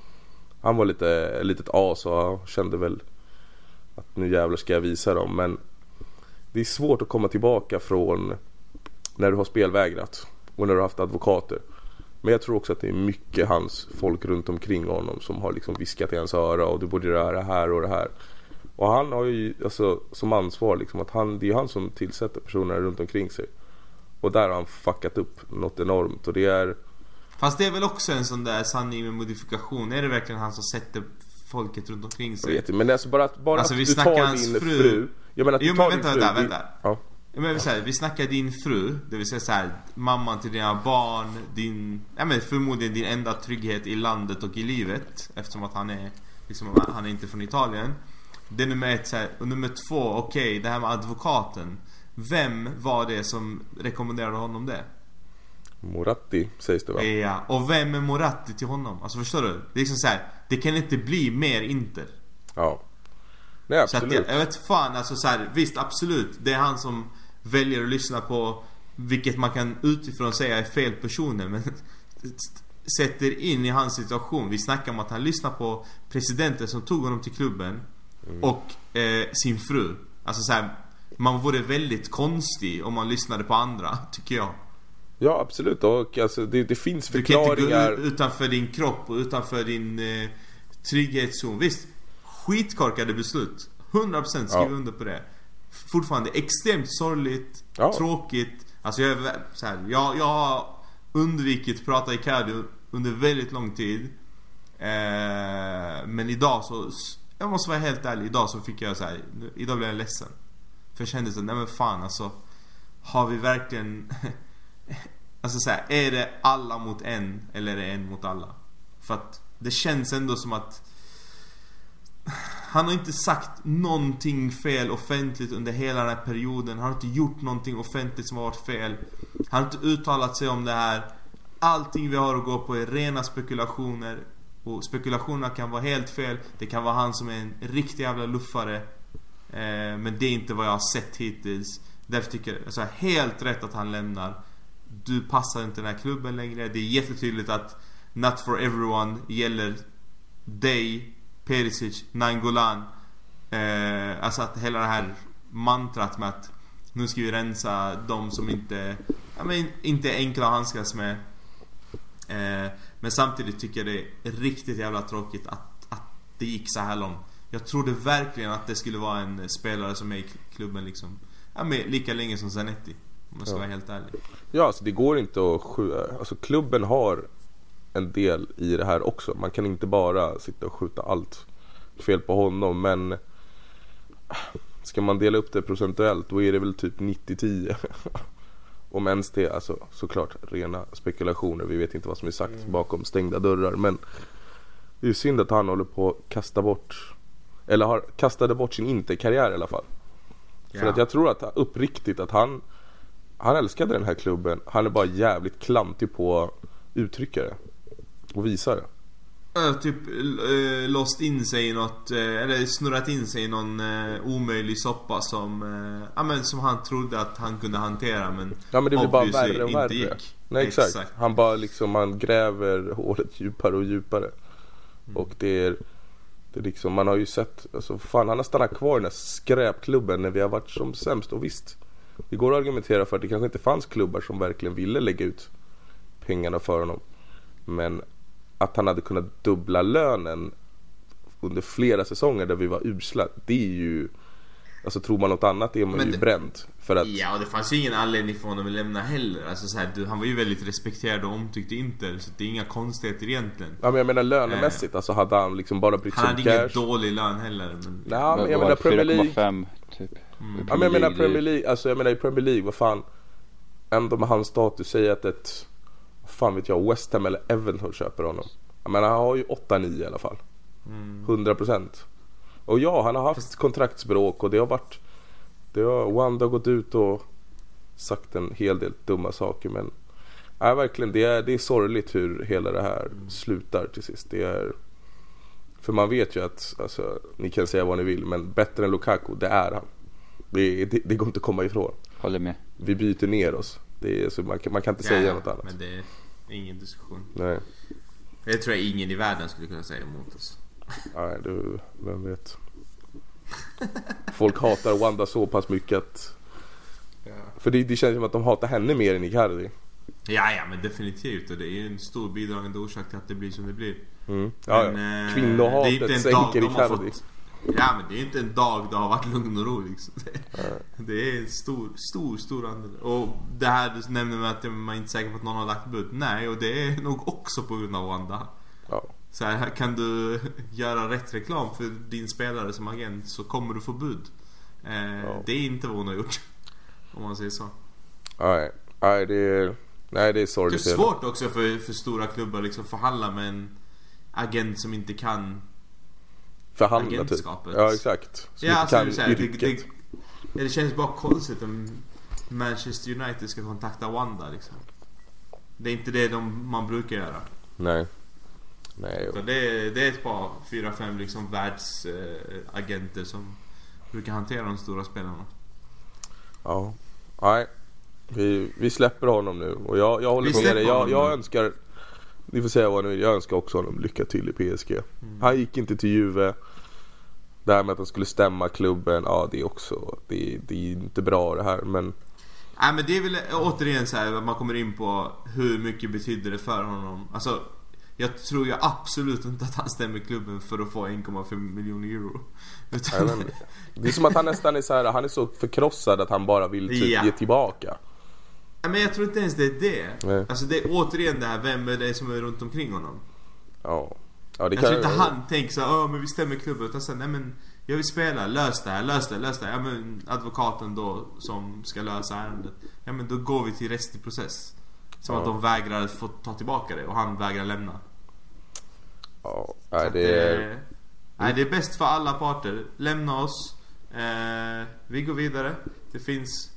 var lite litet as, och jag kände väl att nu jävlar ska jag visa dem. Men det är svårt att komma tillbaka från när du har spelvägrat och när du har haft advokater. Men jag tror också att det är mycket hans folk runt omkring honom som har liksom viskat i hans öra, och du borde göra det här och det här. Och han har ju alltså som ansvar liksom, att det är han som tillsätter personerna runt omkring sig. Och där har han fuckat upp något enormt, och det är... Fast det är väl också en sån där sanning med modifikation. Är det verkligen han som sätter folket runt omkring sig? Jag vet inte, men alltså bara alltså, att vi du tar din fru. Jag menar att du tar din fru. Vänta. Ja. Vi snackar din fru, det vill säga så här, mamman till dina barn, förmodligen din enda trygghet i landet och i livet, eftersom att han är inte från Italien. Det är nummer ett så här, och nummer två, okej, det här med advokaten. Vem var det som rekommenderade honom det? Moratti sägs det, va? Ja, och vem är Moratti till honom? Alltså förstår du? Det är liksom så här, det kan inte bli mer Inter. Ja. Nej, absolut. Så att jag vet fan, alltså så här, visst, absolut. Det är han som väljer att lyssna på, vilket man kan utifrån säga är fel personer, men sätter in i hans situation. Vi snackar om att han lyssnar på presidenten som tog honom till klubben och sin fru. Alltså så här, man vore väldigt konstig om man lyssnade på andra, tycker jag. Ja, absolut. Och alltså, det finns förklaringar. Du kan inte gå utanför din kropp och utanför din trygghetszon. Visst, skitkorkade beslut. 100% skriver under på det. Fortfarande extremt sorgligt, tråkigt. Alltså jag har undvikit prata i Icardi under väldigt lång tid. Men idag så, jag måste vara helt ärlig, idag så fick jag så här, idag blev jag ledsen. För jag kände så, nej men fan, alltså har vi verkligen alltså så här, är det alla mot en eller är det en mot alla? För att det känns ändå som att han har inte sagt någonting fel offentligt under hela den här perioden. Han har inte gjort någonting offentligt som har varit fel. Han har inte uttalat sig om det här. Allting vi har att gå på är rena spekulationer. Och spekulationerna kan vara helt fel. Det kan vara han som är en riktig jävla luffare. Men det är inte vad jag har sett hittills. Därför tycker jag alltså, helt rätt att han lämnar. Du passar inte den här klubben längre. Det är jättetydligt att not for everyone gäller dig, Perisic, Nainggolan. Alltså att hela det här mantrat med att nu ska vi rensa de som inte är enkla att handskas med. Men samtidigt tycker jag det är riktigt jävla tråkigt att det gick så här långt. Jag trodde verkligen att det skulle vara en spelare som är i klubben liksom, lika länge som Zanetti, om jag ska vara helt ärlig. Ja, alltså det går inte att alltså klubben har en del i det här också. Man kan inte bara sitta och skjuta allt fel på honom, men ska man dela upp det procentuellt, då är det väl typ 90-10. Om ens det, alltså såklart rena spekulationer. Vi vet inte vad som är sagt bakom stängda dörrar, men det är synd att han håller på att kasta bort, eller har kastade bort sin Inter-karriär i alla fall. För att jag tror att uppriktigt att han älskade den här klubben. Han är bara jävligt klantig på att uttrycka det och visa det. Typ låst in sig i något, eller snurrat in sig i någon omöjlig soppa som han trodde att han kunde hantera, men det blir bara värre och värre. Gick. Nej, exakt. Han bara liksom, han gräver hålet djupare och djupare. Och det är liksom, man har ju sett, alltså fan, han har stannat kvar i den här skräpklubben när vi har varit som sämst. Och visst, det går att argumentera för att det kanske inte fanns klubbar som verkligen ville lägga ut pengarna för honom, men att han hade kunnat dubbla lönen under flera säsonger där vi var usla, det är ju Alltså tror man något annat är man ju bränd. För att... Ja, och det fanns ju ingen anledning för honom att lämna heller. Alltså, så här, han var ju väldigt respekterad och omtyckt i Inter. Så det är inga konstigheter egentligen. Ja, men jag menar lönemässigt. Alltså hade han liksom bara brytt sig om cash. Han hade ingen dålig lön heller. Men... Nej, men jag menar Premier League. 4,5 typ. Ja, men jag menar Premier League. Alltså jag menar i Premier League, vad fan. Ändå med hans status säger att ett... Vad fan vet jag, West Ham eller Everton köper honom. Jag menar han har ju 8-9 i alla fall. 100%. Och ja, han har haft kontraktsbråk och det har varit... Wanda har gått ut och sagt en hel del dumma saker, men verkligen, det är sorgligt hur hela det här slutar till sist. Det är, för man vet ju att, alltså, ni kan säga vad ni vill, men bättre än Lukaku, det är han. Det går inte att komma ifrån. Håller med. Vi byter ner oss. Det är, så man kan inte säga något annat. Men det är ingen diskussion. Nej. Det tror jag ingen i världen skulle kunna säga emot oss. Nej, vem vet. Folk hatar Wanda så pass mycket att... För det känns som att de hatar henne mer än Icardi. Ja, men definitivt. Och det är en stor bidragande orsak till att det blir som det blir. Ja, kvinnohatet sänker Icardi. Ja, men det är inte en dag det har varit lugn och ro liksom. Det är en stor andel. Och det här du nämnde med att man inte är säker på att någon har lagt bud. Nej, och det är nog också på grund av Wanda. Ja. Så här kan du göra rätt reklam för din spelare som agent, så kommer du få bud. Det är inte vad hon har gjort, om man säger så. Nej, det är sorgligt. Det är svårt också för stora klubbar liksom förhandla med en agent som inte kan förhandla typ. Ja, exakt. Som inte kan yrket. Det känns bara konstigt om Manchester United ska kontakta Wanda liksom. Det är inte det man brukar göra. Nej. Så det är ett par 4-5 liksom världsagenter som brukar hantera de stora spelarna. Ja. Nej. Vi släpper honom nu. Och jag håller med dig. Jag önskar, ni får säga vad ni vill, jag önskar också honom lycka till i PSG. Han gick inte till Juve. Det här med att han skulle stämma klubben, ja, det är också det är inte bra det här, men nej, men det är väl återigen så här att man kommer in på hur mycket betyder det för honom. Alltså jag tror ju absolut inte att han stämmer klubben för att få 1,5 miljoner euro. Utan... Det är som att han nästan är så här, han är så förkrossad att han bara vill typ ge tillbaka. Men jag tror inte ens det är det. Nej. Alltså det är återigen det här, vem är det som är runt omkring honom? Ja, det jag tror inte han tänker så men vi stämmer klubben, utan sen, nej men jag vill spela, lös det här. Ja, men advokaten då som ska lösa ärendet, ja men då går vi till rättslig process. Som att de vägrar få ta tillbaka det och han vägrar lämna. Ja, det är bäst för alla parter. Lämna oss. Vi går vidare. Det finns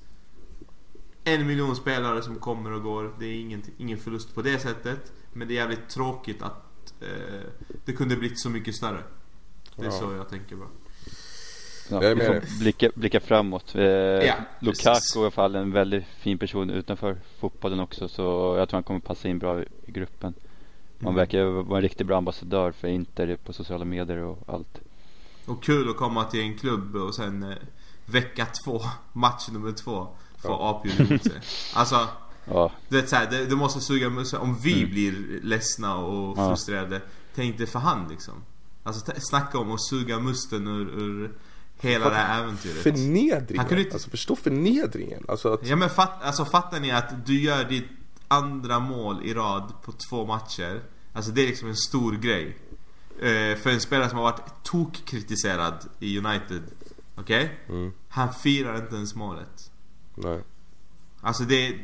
1 miljon spelare som kommer och går. Det är ingen förlust på det sättet. Men det är jävligt tråkigt att det kunde blivit så mycket större. Det är så jag tänker bara. Ja, vi får blicka framåt. Lukaku är i alla fall en väldigt fin person utanför fotbollen också, så jag tror han kommer passa in bra i gruppen. Man verkar vara en riktigt bra ambassadör för Inter på sociala medier och allt. Och kul att komma till en klubb och sen vecka 2, match nummer 2 få avbjud mot sig. Alltså det är så här, det måste suga musen. Om vi blir ledsna och frustrerade, tänk det för han liksom. Alltså snacka om att suga musten ur hela det här äventyret. Förnedringen. Alltså förstå förnedringen. Alltså att... Ja, men fattar ni att du gör ditt andra mål i rad på 2 matcher. Alltså det är liksom en stor grej. För en spelare som har varit tokkritiserad i United. Okej? Han firar inte ens målet. Nej. Alltså det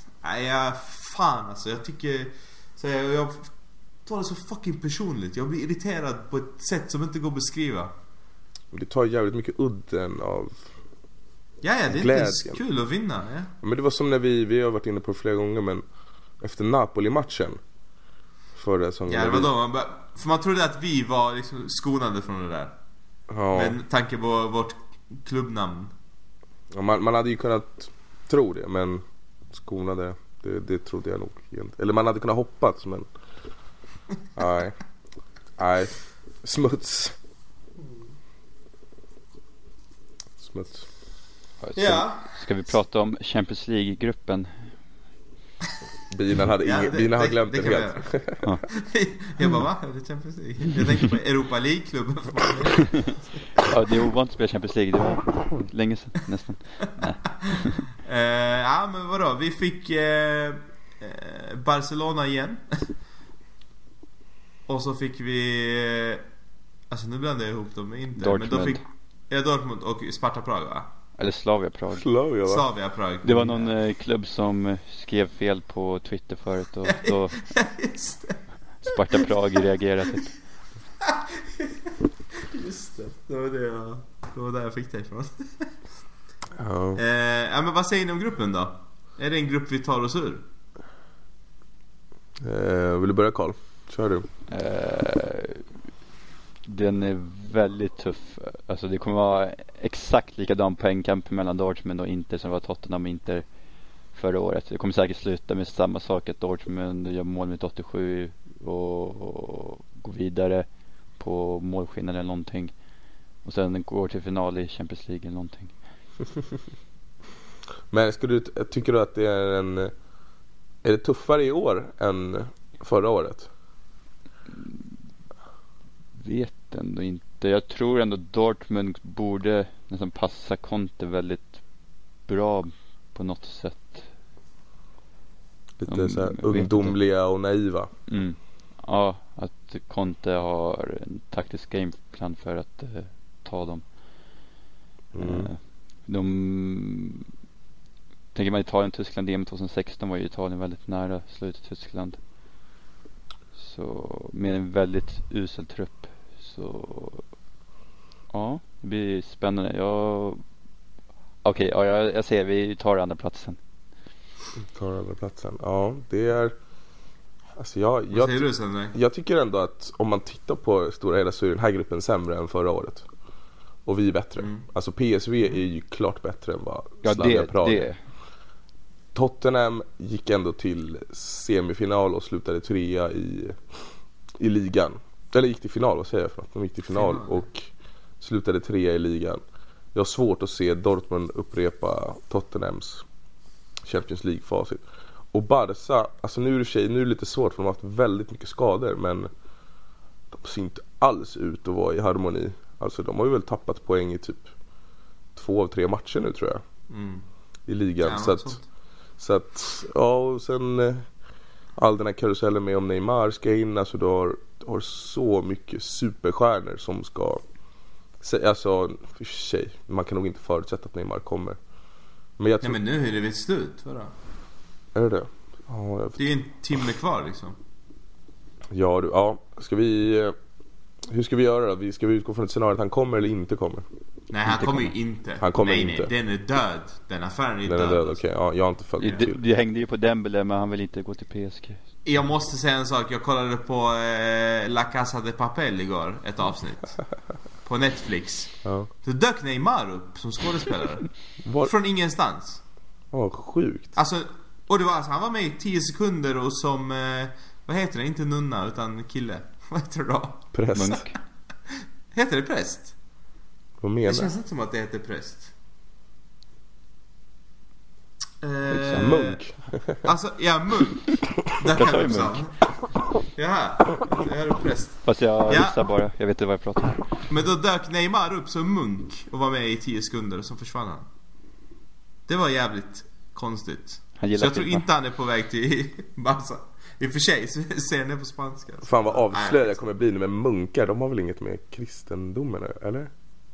fan alltså. Jag tycker så jag tar det så fucking personligt. Jag blir irriterad på ett sätt som inte går att beskriva. Och det tar jävligt mycket udden av det är glädjen. Inte kul att vinna. Ja. Men det var som när vi har varit inne på flera gånger, men efter Napoli-matchen förra säsongen. Ja, det var då för man trodde att vi var liksom skonade från det där. Ja. Men tanke på vårt klubbnamn. Ja, man hade ju kunnat tro det, men skonade, det trodde jag nog egentligen. Eller man hade kunnat hoppats, men nej, smuts. Ja. Ska vi prata om Champions League-gruppen? Binan har glömt det helt. Jag bara, va? Det är Champions League. Jag tänker på Europa League-klubben. Ja, det är ovant att spela Champions League. Det var länge sedan nästan. Ja, men vadå? Vi fick Barcelona igen. Och så fick vi alltså nu blandar jag ihop dem med Inter. Dortmund. Men då fick Dortmund och Sparta Prag, va? Eller Slavia Prag. Slavia Prag. Det var någon klubb som skrev fel på Twitter förut och då just det. Sparta Prag reagerade. Just det. Det var där jag fick det ifrån. Ja. Ja, men vad säger ni om gruppen då? Är det en grupp vi tar oss ur? Vill du börja, Carl? Kör du. Den är väldigt tuff. Alltså det kommer vara exakt likadan poängkamp mellan Dortmund och Inter som var Tottenham och Inter förra året. Det kommer säkert sluta med samma sak, att Dortmund gör mål med 87 och går vidare på målskillnad eller någonting. Och sen går till final i Champions League eller någonting. Men tycker du att det är det tuffare i år än förra året? Vet ändå inte. Jag tror ändå Dortmund borde nästan passa Conte väldigt bra på något sätt. Lite så här ungdomliga och naiva. Ja, att Conte har en taktisk gameplan för att ta dem. Tänker man Italien, Tyskland, DM 2016 var ju Italien väldigt nära slutet Tyskland. Så med en väldigt usel trupp. Så ja, det blir spännande. Jag ser vi tar andra platsen. Ja, det är alltså jag tycker ändå att om man tittar på stora hela så är den här gruppen sämre än förra året. Och vi är bättre. Alltså PSV är ju klart bättre än vad Slavia Prag är. Tottenham gick ändå till semifinal och slutade 3 i ligan. Eller gick till final, vad säger jag för något? De gick till final och slutade 3 i ligan. Jag har svårt att se Dortmund upprepa Tottenhams Champions League-facit. Och Barca, alltså nu är det lite svårt för de har haft väldigt mycket skador, men de ser inte alls ut att vara i harmoni. Alltså de har ju väl tappat poäng i typ 2 av 3 matcher nu, tror jag. I ligan. Ja, så att ja, och sen all den här karusellen med om Neymar ska in, alltså du har så mycket superstjärnor som ska, alltså för sig, man kan nog inte förutsätta att Neymar kommer. Men jag tror... Nej, men nu är det väl slut, vadå? Är det? Ja, det är ju en timme kvar liksom. Ja, hur ska vi göra då? Ska vi utgå från ett scenario att han kommer eller inte kommer? Nej, han kommer ju inte. Han kommer nej, inte. Den är död. Den affären är död. Den är död, okej. Ja, jag har inte följt till. Det hängde ju på Dembele, men han vill inte gå till PSG. Jag måste säga en sak. Jag kollade på La Casa de Papel igår, ett avsnitt på Netflix. Ja. Så dök Neymar upp som skådespelare. Från ingenstans. Sjukt. Alltså, och det var alltså, han var med i 10 sekunder och som vad heter det? Inte nunna utan kille. Vad heter det då? Präst. Munk. Heter det präst? Vad menar? Det känns inte som att det heter präst. Munk. Alltså, ja, munk. Där kan du säga. Jaha, det är präst. Fast jag gissar bara, jag vet inte vad jag pratar om. Men då dök Neymar upp som munk och var med i 10 sekunder och så försvann han. Det var jävligt konstigt. Så jag tror inte han är på väg till Barca. I och för sig ser ni på spanska. Fan vad avslöjad jag kommer bli nu med munkar. De har väl inget med kristendomen, eller?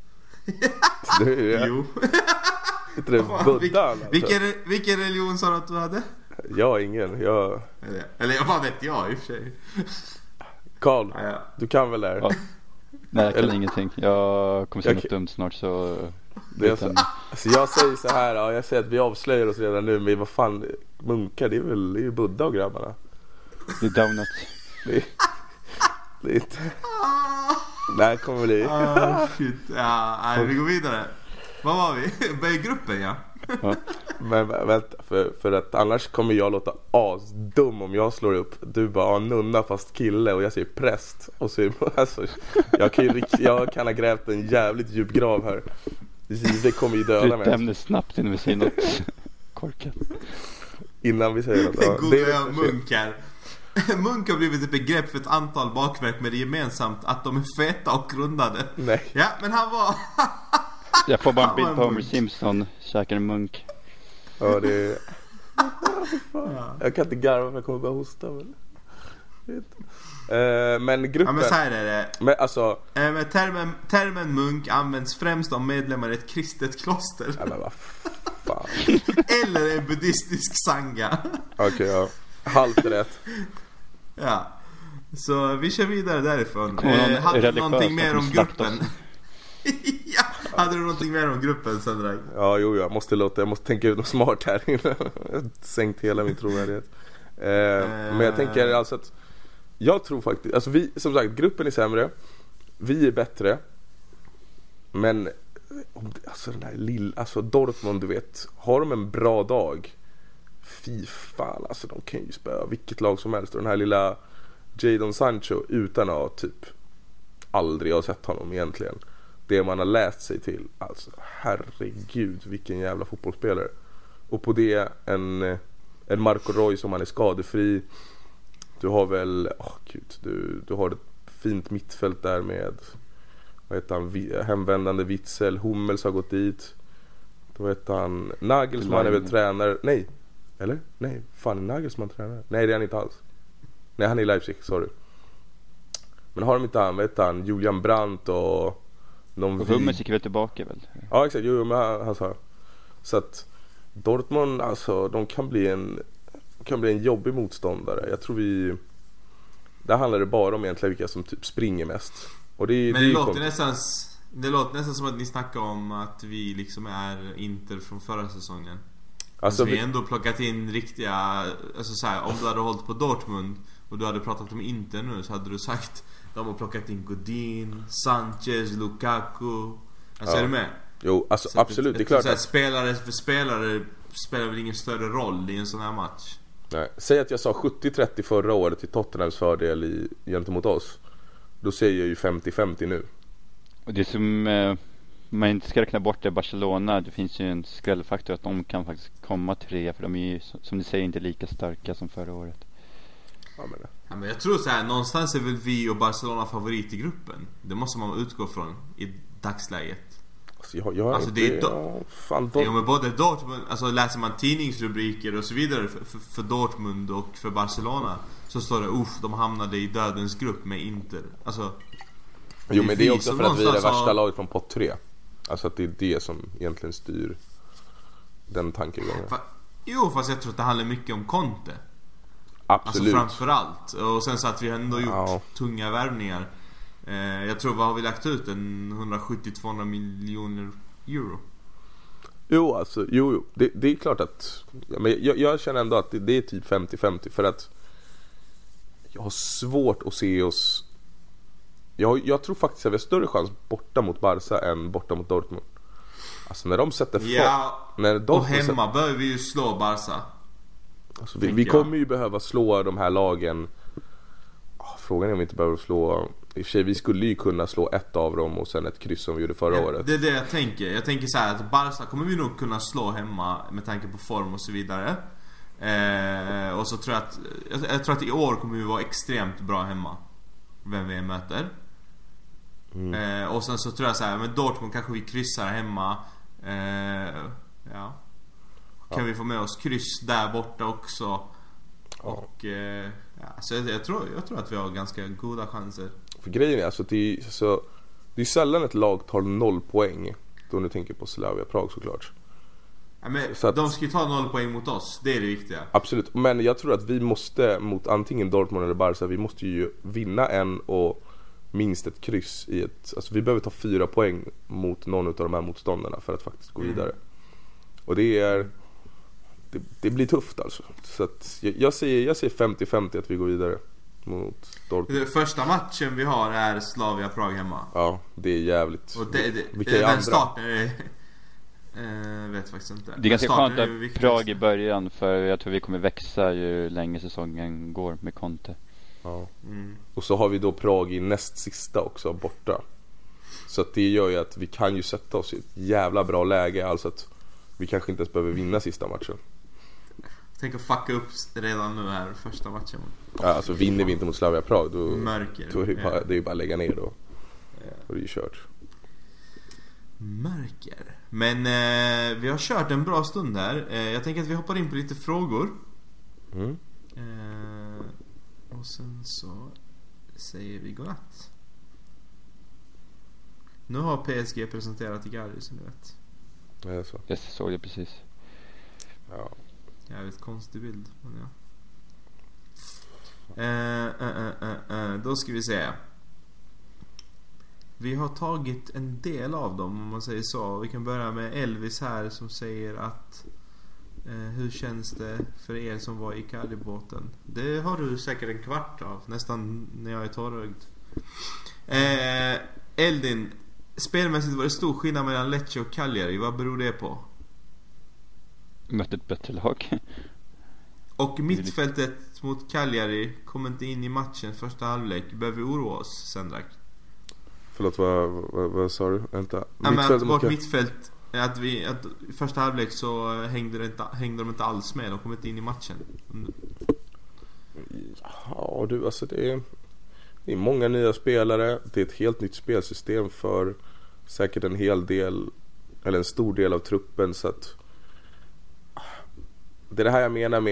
Jo. Inte det Buddha? Vilken religion sa du att du hade? Jag ingen. Eller vad vet jag i och för sig. Carl, du kan väl det här? Ja. Nej, jag kan ingenting. Jag kommer säga något dumt snart så... Alltså jag säger så här, jag säger att vi avslöjar oss redan nu, men vad fan, munkar, det är ju Buddha och grabbarna. Det är donut. Det är inte... Nej, kommer bli. Shit. Ja, vi går vidare. Vad var vi? Börjar gruppen, ja. Men vänta, för att annars kommer jag låta asdum om jag slår upp. Du bara nunna fast kille och jag säger präst. Och så alltså, jag kan ha grävt en jävligt djup grav här. Det kommer ju döda mig. Du tämmer snabbt innan vi säger något korkat. Innan vi säger något. Ja, Googlar jag Munk här. Munk har blivit ett begrepp för ett antal bakverk med det gemensamt att de är feta och rundade. Nej. Ja, men han var... Jag får bara en bild på Homer Simpson käkar en munk. Ja, det är... Jag kan inte garva för jag kommer bara hosta. Men gruppen... Ja, men så här är det. Men alltså... Men termen munk används främst av medlemmar i ett kristet kloster. Ja, men vad fan. Eller en buddhistisk sangha. Okej, ja. Halvt rätt. Ja. Så vi kör vidare därifrån. Hade hade du någonting mer om gruppen? Ja, hade du någonting mer om gruppen, Sandra? Ja, jo, jag måste tänka ut något smart här innan. Jag har sänkt hela min trovärdighet. Men jag tänker alltså att jag tror faktiskt, alltså vi, som sagt, gruppen är sämre. Vi är bättre. Men alltså den här alltså Dortmund, du vet, har de en bra dag, fy fan, alltså de kan ju spöa vilket lag som helst. Och den här lilla Jadon Sancho, utan att typ aldrig ha sett honom egentligen, det man har läst sig till, alltså herregud vilken jävla fotbollsspelare. Och på det en Marco Reus som han är skadefri. Du har väl du har ett fint mittfält där med, vad heter han, hemvändande Witzel, Hummels har gått dit. Då heter han Nagelsmann, är väl tränare. Nej, eller? Nej, fan, Nagelsmann tränare. Nej, det är han inte alls. Nej, han är i Leipzig, sorry. Men har de inte han, vet han, Julian Brandt och någon... Och Hummels gick väl tillbaka väl? Ja, exakt, jo, men han sa. Så att Dortmund, alltså, de kan bli en jobbig motståndare. Jag tror där handlar det bara om egentligen vilka som typ springer mest. Och det låter nästan som att ni snackar om att vi liksom är Inter från förra säsongen. Alltså vi ändå plockat in riktiga, alltså så här, om du hade hållit på Dortmund och du hade pratat om Inter nu, så hade du sagt de har plockat in Godin, Sanchez, Lukaku. Alltså är du med? Jo, alltså så absolut, det är klart. Spelare spelar väl ingen större roll i en sån här match. Nej, säg att jag sa 70-30 förra året till Tottenhams fördel gentemot oss. Då säger jag ju 50-50 nu. Och det som man inte ska räkna bort är Barcelona. Det finns ju en skrällfaktor att de kan faktiskt komma 3, för de är ju, som ni säger, inte lika starka som förra året. Ja, men jag tror så här, någonstans är väl vi och Barcelona favorit i gruppen. Det måste man utgå från i dagsläget. Alltså det är men både Dortmund, alltså läser man tidningsrubriker och så vidare för Dortmund och för Barcelona, så står det de hamnade i dödens grupp med Inter. Alltså, jo, men det är också för att vi är det värsta laget från pott 3. Alltså att det är det som egentligen styr den tankegången. Fast jag tror att det handlar mycket om Conte. Absolut. Alltså framförallt. Och sen så att vi ändå gjort tunga värvningar. Jag tror, vad har vi lagt ut? 170-200 miljoner euro. Jo, alltså, jo. Det är klart att, men jag känner ändå att det är typ 50-50. För att jag har svårt att se oss. Jag tror faktiskt att vi har större chans borta mot Barca än borta mot Dortmund. Alltså när de sätter och hemma behöver vi ju slå Barca. Alltså, vi kommer ju behöva slå de här lagen. Frågan är om vi inte behöver slå. I och för sig, vi skulle ju kunna slå ett av dem och sen ett kryss som vi gjorde förra året. Det är det jag tänker. Jag tänker så här att Barca kommer vi nog kunna slå hemma med tanke på form och så vidare. Och så tror jag att i år kommer vi vara extremt bra hemma, vem vi möter. Och sen så tror jag så här, men Dortmund kanske vi kryssar hemma. Kan vi få med oss kryss där borta också. Och så jag tror att vi har ganska goda chanser. För grejen är alltså att det är sällan ett lag tar 0 poäng. Då du tänker på Slavia Prag såklart. Ja, men så att, de ska ju ta 0 poäng mot oss. Det är det viktiga. Absolut, men jag tror att vi måste mot antingen Dortmund eller Barca, vi måste ju vinna en och minst ett kryss i ett. Alltså vi behöver ta 4 poäng mot någon av de här motståndarna för att faktiskt gå vidare. Och det blir tufft alltså. Så att jag säger 50-50 att vi går vidare mot Dortmund. Första matchen vi har är Slavia Prag hemma. Ja, det är jävligt. Och vilka är den andra? Starten vet faktiskt inte. Det är ganska skönt att Prag i början, för jag tror vi kommer växa ju längre säsongen går med Conte. Ja. Och så har vi då Prag i näst sista också borta. Så att det gör ju att vi kan ju sätta oss i ett jävla bra läge. Alltså att vi kanske inte ens behöver vinna sista matchen. tänker fucka upp redan nu här första matchen. Ja, alltså vinner vi inte mot Slavia Prag då Mörker. Då är det ju bara att lägga ner då. Och det är ju kört. Mörker. Men vi har kört en bra stund här. Jag tänker att vi hoppar in på lite frågor. Och sen så säger vi godnatt. Nu har PSG presenterat Icardi, som du vet. Ja, det är så. Jag såg det precis. Ja. Jävligt konstig bild, men ja. Då ska vi se. Vi har tagit en del av dem, om man säger så. Vi kan börja med Elvis här som säger att hur känns det för er som var i Icardi-båten? Det har du säkert en kvart av, nästan när jag är torrögd. Eldin, spelmässigt var det stor skillnad mellan Lecce och Cagliari. Vad beror det på? Mötte ett bättre lag. Och mittfältet mot Cagliari kom inte in i matchen första halvlek. Behöver vi oroa oss, Sendrak? Förlåt, vad sa du? Vänta. Mittfält att första halvlek så hängde de inte alls med. De kom inte in i matchen. Ja du, alltså det är många nya spelare. Det är ett helt nytt spelsystem för säkert en hel del, eller en stor del av truppen, så att det är det här jag menar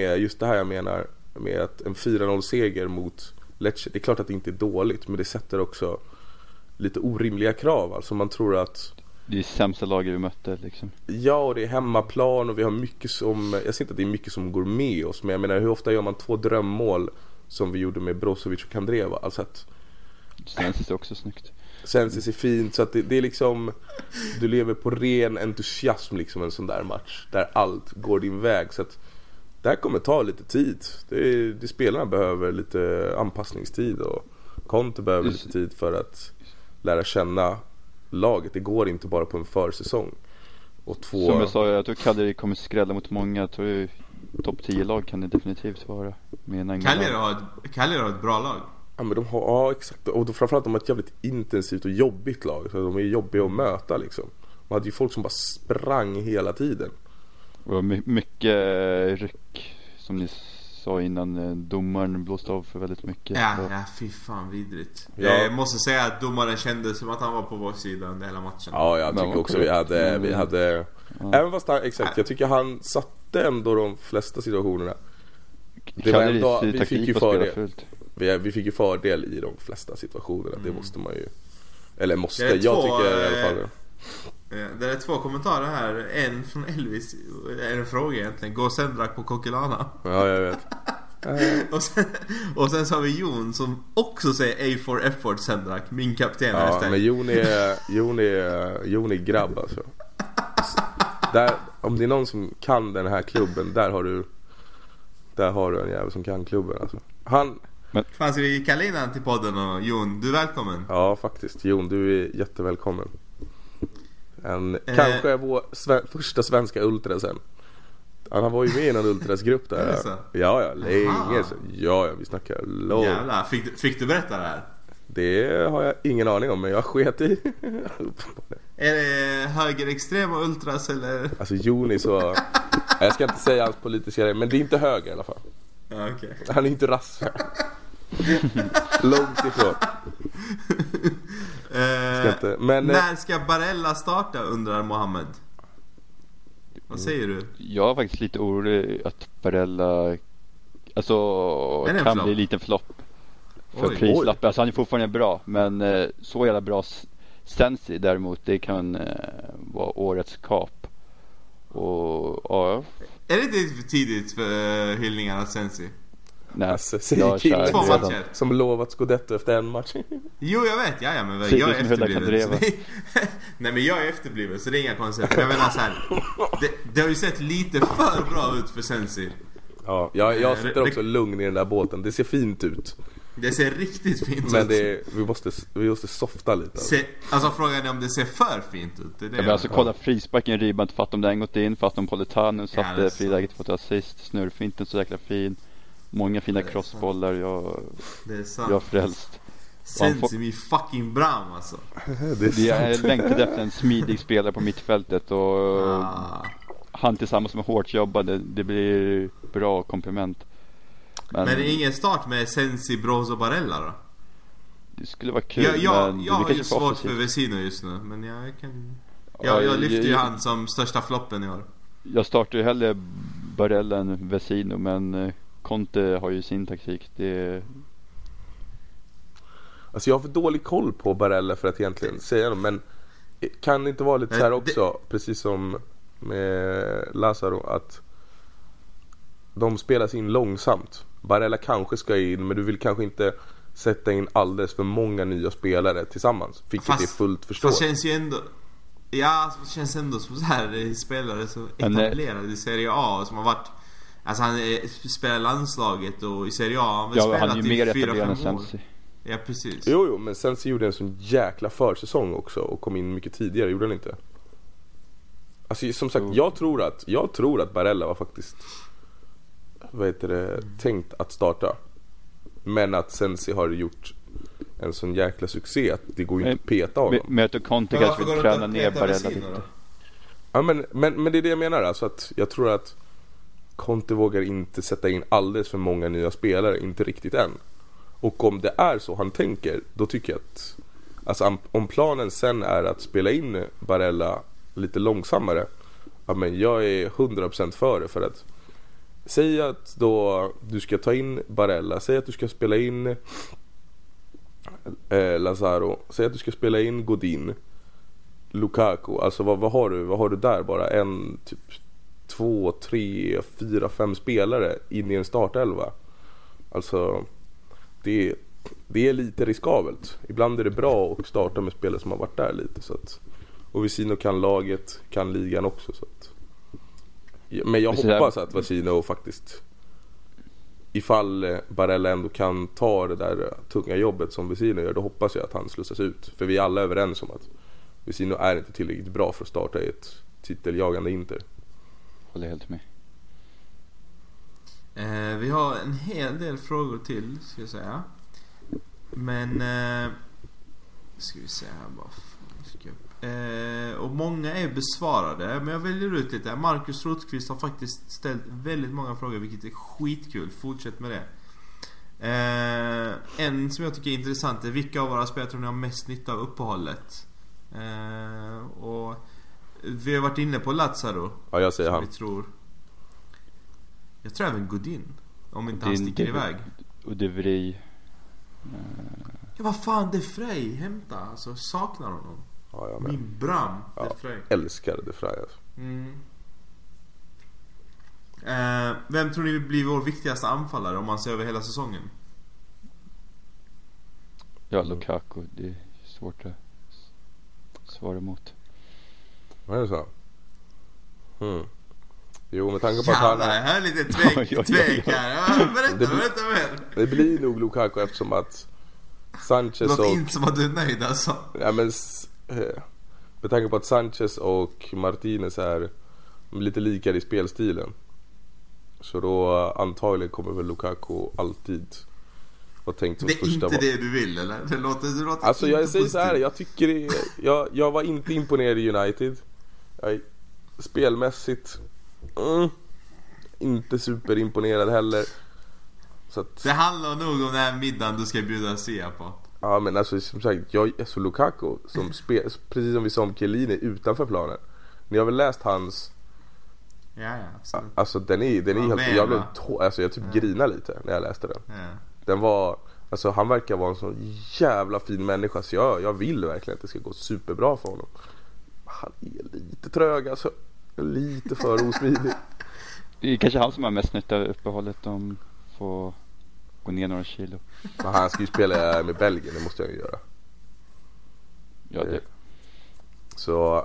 med att en 4-0 seger mot Lecce, det är klart att det inte är dåligt, men det sätter också lite orimliga krav. Alltså man tror att det är sämsta laget vi mötte liksom. Ja, och det är hemmaplan och vi har mycket som, jag ser inte att det är mycket som går med oss, men jag menar, hur ofta gör man 2 drömmål som vi gjorde med Brozovic och Kandreva? Alltså att Sensis är också snyggt. Sensis är fint, så att det är liksom, du lever på ren entusiasm liksom, en sån där match där allt går din väg, så att det här kommer ta lite tid. Det spelarna behöver lite anpassningstid och Conte behöver lite tid för att lära känna laget. Det går inte bara på en försäsong. Och som jag sa, jag tror Cagliari kommer skrälla mot många. Jag tror topp 10-lag kan det definitivt vara. Cagliari har ett bra lag. Ja, men de har, ja exakt. Och framförallt de har ett jävligt intensivt och jobbigt lag. Så de är jobbiga att möta liksom. Man hade ju folk som bara sprang hela tiden. Och mycket ryck, som ni sa innan, domaren blåste av för väldigt mycket. Ja, fy fan vidrigt. Jag måste säga att domaren kände som att han var på vår sida under hela matchen. Ja, jag tycker också vi hade även fast han, exakt, jag tycker han satte ändå de flesta situationerna. Det var ändå, vi fick ju fördel i de flesta situationerna. Det måste man ju, eller måste, jag tycker i alla fall. Det är 2 kommentarer här. En från Elvis, är en fråga egentligen. Går Sendrak på Coquelana? Ja, jag vet. och sen så har vi Jon som också säger A for effort Sendrak, min kapten. Ja, men Jon är grabb alltså. Där, om det är någon som kan den här klubben, där har du en jävel som kan klubben alltså. Fan, ska vi kalla in han till podden? Och Jon, du är välkommen. Ja, faktiskt. Jon, du är jättevälkommen. Kanske vår första svenska ultra sen. Han var ju med i en ultrasgrupp där. Ja, länge så. Ja, vi snackar långt. Jävlar, fick du berätta det här? Det har jag ingen aning om, men jag sket i. Är det högerextrema ultras eller? Alltså Jon är så, jag ska inte säga hans politiska grej, men det är inte höger i alla fall. Ja, okay. Han är inte rasse. Långt ifrån. När ska Barella starta, undrar Mohammed. Vad säger du? Jag är faktiskt lite orolig att Barella kan bli en liten flopp. För prislapp. Alltså han är fortfarande bra, men så jävla bra Sensi däremot, det kan vara årets kap. Och ja. Är det inte för tidigt för hyllningarna Sensi? Nej, alltså, säger 2 matcher som lovat Scudetto efter en match. Jo, jag vet, ja men jag är efterbliven. Nej, men jag är efterbliven, så det är inga konstigheter. Jag menar så här, det har ju sett lite för bra ut för Sensi. Ja, jag sitter också lugn i den där båten. Det ser fint ut. Det ser riktigt fint ut. Men vi måste softa lite. Alltså frågan är om det ser för fint ut. Det är det. Men alltså kolla frisparken, ribban, fatt om den gått in, fatt om Politano satte friläget på ett assist, snurrfinten så jäkla fin. Många fina crossbollar, jag är frälst. Sensi min fucking bram alltså. Jag längtade efter en smidig spelare på mittfältet. Och han tillsammans med hårt jobbade, det blir bra komplement. Men det är ingen start med Sensi, Brozo och Barella då? Det skulle vara kul. Jag har ju svårt för Vecino just nu, men jag lyfter ju han som största floppen i år. Jag startar ju hellre Barella än Vecino, men Conte har ju sin taktik. Alltså jag har för dålig koll på Barella för att egentligen säga något, men kan det inte vara lite så här också, precis som med Lazaro, att de spelas in långsamt. Barella kanske ska in, men du vill kanske inte sätta in alldeles för många nya spelare tillsammans, vilket är fullt förståeligt. Fast känns ju ändå, det känns ändå som så här spelare så etablerade i Serie A som har varit, alltså han spelar landslaget och i Serie A han vill spela han är till mer 4-5 år. Ja, precis. Jo, men Sensi gjorde en sån jäkla försäsong också och kom in mycket tidigare, gjorde han inte? Alltså som sagt, jag tror att Barella var faktiskt tänkt att starta. Men att Sensi har gjort en sån jäkla succé att det går ju inte att peta honom. Men jag tror Conte kanske vill träna ner Barella lite. Ja, men det är det jag menar, alltså att jag tror att Conte vågar inte sätta in alldeles för många nya spelare, inte riktigt än. Och om det är så han tänker, då tycker jag att, alltså om planen sen är att spela in Barella lite långsammare, ja, men jag är 100% för det. För att säg att då du ska ta in Barella, säg att du ska spela in Lazaro, säg att du ska spela in Godin, Lukaku, alltså vad har du där? Bara en typ 2, 3, 4, 5 spelare in i en startelva. Alltså det är lite riskabelt. Ibland är det bra att starta med spelare som har varit där lite, så att, och Vecino kan laget, kan ligan också, så att, men jag hoppas att Vecino faktiskt, ifall Barella ändå kan ta det där tunga jobbet som Vecino gör, då hoppas jag att han slussas ut. För vi är alla överens om att Vecino är inte tillräckligt bra för att starta i ett titeljagande Inter. Håller helt med. Vi har en hel del frågor till, ska jag säga. Men ska vi se här bara. Och många är besvarade, men jag väljer ut lite. Marcus Rotqvist har faktiskt ställt väldigt många frågor, vilket är skitkul. Fortsätt med det. En som jag tycker är intressant är: vilka av våra spelare tror ni har mest nytta av uppehållet? Och vi har varit inne på Lazaro. Ja, jag säger han. Jag tror även Godin, om inte han sticker iväg. Och De Vrij. Ja, vad fan, De Vrij, hämta. Alltså, saknar honom. Ja, jag med. Min Bram, De Vrij. Älskar De Vrij alltså. Vem tror ni blir vår viktigaste anfallare om man ser över hela säsongen? Ja, Lukaku. Det är svårt att svara emot. Vad är det så? Jo, med tanke på att han är här lite tvek här. Berätta mer. Det blir nog Lukaku, eftersom att Sanchez låter inte som att du är nöjd alltså. Ja, men med tanke på att Sanchez och Martinez är lite lika i spelstilen, så då antagligen kommer väl Lukaku alltid vara tänkt som det är första inte det du vill, eller? Det låter alltså jag säger så här, jag tycker jag var inte imponerad i United. Spelmässigt inte superimponerad heller. Så att, det handlar nog om den här middagen du ska bjuda Sia på. Ja, men alltså som sagt, så Lukaku som precis som vi sa om Chiellini utanför planen. Ni har väl läst hans? Ja, absolut. Alltså den är helt, jag typ grina lite när jag läste den. Ja. Den var, alltså han verkar vara en så jävla fin människa, så jag vill verkligen att det ska gå superbra för honom. Han är lite trög alltså, lite för osmidig. Det är kanske han som har mest nytta av uppehållet, om får gå ner några kilo. Men han ska ju spela med Belgien, det måste jag ju göra. Ja, det. Så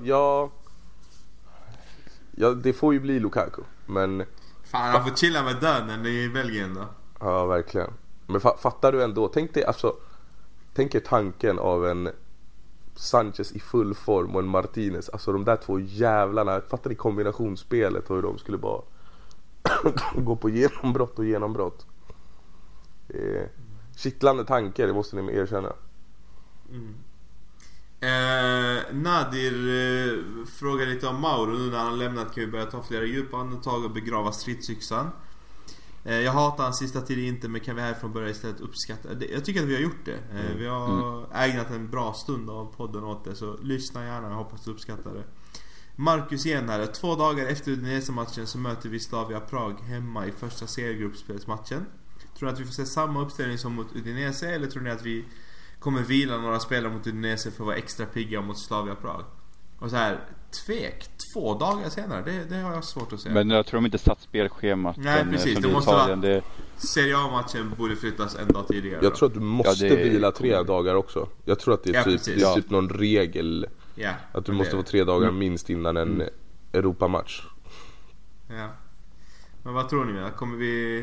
det får ju bli Lukaku, men fan, han får chilla med döden i Belgien då. Ja, verkligen. Men fattar du ändå, tänk er tanken av en Sanchez i full form och en Martinez, alltså de där två jävlarna, fattar ni kombinationsspelet och hur de skulle bara gå på genombrott. Kittlande tanke, det måste ni erkänna. Nadir frågar lite om Mauro. Nu när han har lämnat kan vi börja ta flera djupa andetag och begrava stridsyxan. Jag hatar hans sista tid inte, men kan vi härifrån börja istället uppskatta det? Jag tycker att vi har gjort det. Vi har ägnat en bra stund av podden åt det, så lyssna gärna, jag hoppas du uppskattar det. Marcus igen här. 2 dagar efter Udinese-matchen så möter vi Slavia Prag hemma i första seriegruppspelsmatchen. Tror ni att vi får se samma uppställning som mot Udinese, eller tror ni att vi kommer vila några spelare mot Udinese för att vara extra pigga mot Slavia Prag? Och så här, tvek 2 dagar senare, det har jag svårt att säga. Men jag tror de inte satt spelschemat. Nej, precis, det måste vara Serie A-matchen borde flyttas en dag tidigare. Jag tror att du måste vila 3 dagar också. Jag tror att det är typ någon regel. Ja, att du måste vara 3 dagar minst innan en Europamatch. Ja. Men vad tror ni? Kommer vi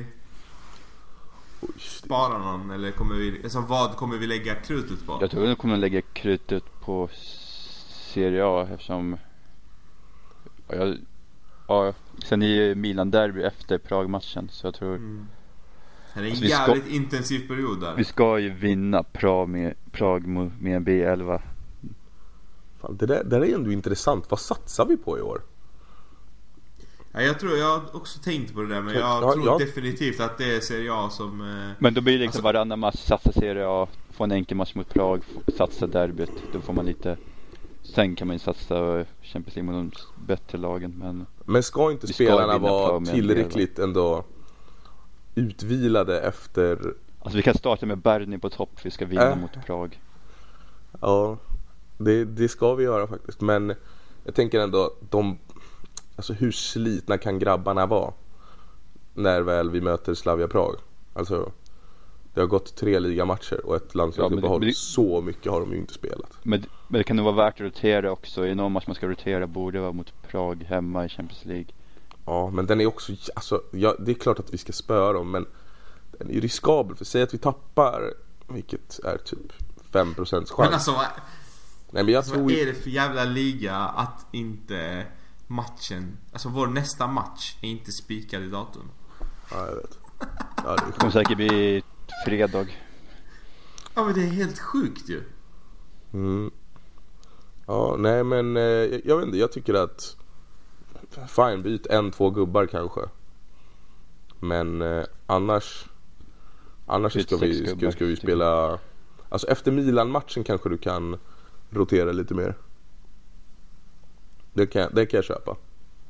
spara någon? Eller kommer vi, alltså vad kommer vi lägga krutet på? Jag tror att vi kommer lägga krutet på Serie A, eftersom sen är Milan derby efter Prag-matchen, så jag tror det är en jävligt intensiv period där. Vi ska ju vinna Prag med B11. Fan, det där är ändå intressant. Vad satsar vi på i år? Ja, jag har också tänkt på det där, men jag tror definitivt att det är Serie A som men då blir det liksom varannan match, satsa Serie A, få en enkel match mot Prag, satsa derbyt. Då får man lite. Sen kan man ju satsa Champions League mot de bättre lagen, men ska inte spelarna vara tillräckligt ändå utvilade efter? Alltså vi kan starta med Berni på topp, vi ska vinna mot Prag. Ja, det ska vi göra faktiskt. Men jag tänker ändå alltså hur slitna kan grabbarna vara när väl vi möter Slavia Prag? Alltså det har gått 3 ligamatcher och ett landslagsuppehåll. Så mycket har de ju inte spelat. Men det kan nog vara värt att rotera också. I någon match man ska rotera borde vara mot Prag hemma i Champions League. Ja, men den är också, alltså, det är klart att vi ska spöra dem, men den är ju riskabel. För säg att vi tappar, vilket är typ 5% chans. Men alltså, nej, men vad är det för jävla liga att inte matchen, alltså vår nästa match är inte spikad i datum? Ja, jag vet. Ja, det kommer säkert bli fredag. Ja, men det är helt sjukt ju. Ja, nej, men jag vet inte, jag tycker att fine, byt 1-2 gubbar kanske. Men annars ska vi spela. Alltså efter Milan-matchen kanske du kan rotera lite mer. Det kan jag köpa.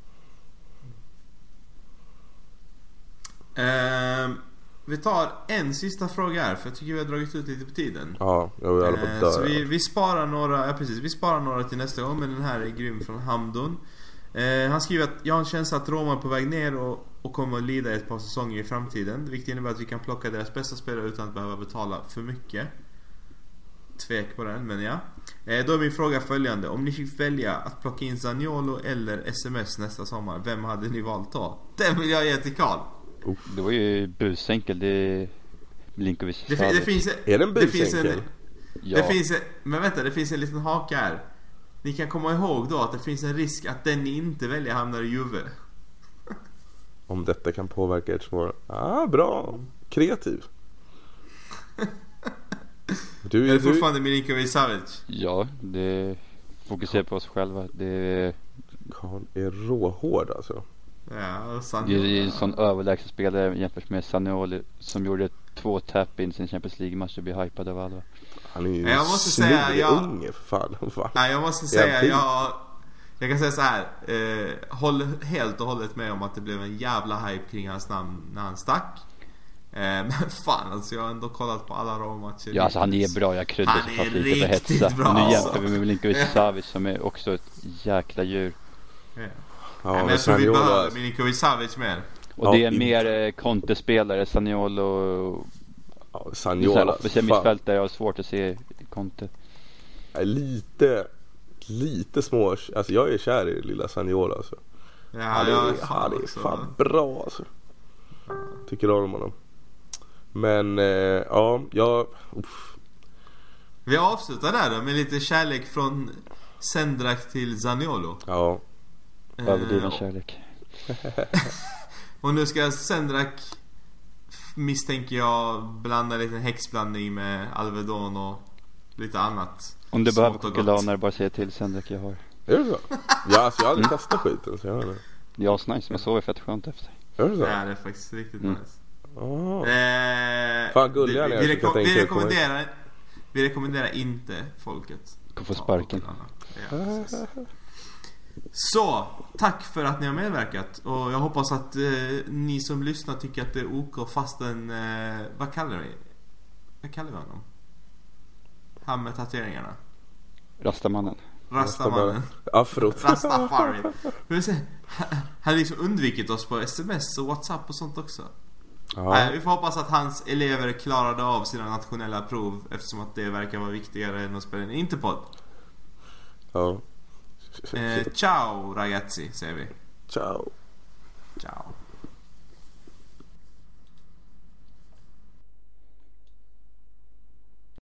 Vi tar en sista fråga här, för jag tycker vi har dragit ut lite på tiden. Ja, jag vill alla på dö. Så vi sparar några, vi sparar några till nästa gång, men den här är grym från Hamdun. Han skriver att jag har en känsla att Roma är på väg ner och kommer att lida ett par säsonger i framtiden. Vilket innebär att vi kan plocka deras bästa spelare utan att behöva betala för mycket. Tvek på den, men ja. Då är min fråga följande: om ni fick välja att plocka in Zaniolo eller SMS nästa sommar, vem hade ni valt då? Den vill jag ge till Karl. Det var ju busenkel. Det är Milinkovic. Det finns är den busenkel? Men vänta, det finns en liten haka här. Ni kan komma ihåg då att det finns en risk att den ni inte väljer hamnar i Juve. Om detta kan påverka ert svar. Bra. Kreativ. Är det fortfarande Milinkovic Savic? Ja, det fokuserar på oss själva. Karl är råhård alltså. Ja, det är en sån överlägsen spelare jämfört med Zaniolo som gjorde 2 tap-ins i en Champions League-match och blev hypad av alla. Han är ju unge för fan. Nej, jag måste säga jag kan säga så här, håller helt och hållet med om att det blev en jävla hype kring hans namn när han stack. Men fan, alltså jag har ändå kollat på alla Roma-matcher. Ja, alltså han är bra, jag kryddar så fast lite för hetsa. Bra, nu jämför vi med Milinkovic Savic som är också ett jäkla djur. Ja, men jag tror vi behöver Milinkovic Savic mer. Och det är mer Conte-spelare, Zaniolo. Ja, Zaniolo. Speciellt mittfältare, jag har svårt att se Conte. Lite små. Alltså jag är kär i lilla Zaniolo alltså. Ja, han är fan bra alltså. Tycker om honom. Men vi avslutar där då med lite kärlek från Sendrak till Zaniolo. Ja. Överdriven kärlek. Och nu ska Sendrak, misstänker jag, blanda lite häxblandning med Alvedon och lite annat. Om du behöver chokladaner, bara säga till sen jag har. Är det så? Ja, alltså jag har aldrig testat skiten så jag vet inte. Ja, nice, men så är fett skönt efter. Är det så? Ja, det är faktiskt riktigt nice. Fan gulliga vi rekommenderar inte folket att få sparken. Ja, så, tack för att ni har medverkat. Och jag hoppas att ni som lyssnar tycker att det är OK fastän vad kallar vi honom? Han med tatueringarna. Rastamannen. Afrot. Rastafari. Han har liksom undvikit oss på sms och WhatsApp och sånt också. Vi får hoppas att hans elever klarade av sina nationella prov, eftersom att det verkar vara viktigare än att spela en Interpod. Ja. Ciao ragazzi, säger vi. Ciao. Ciao.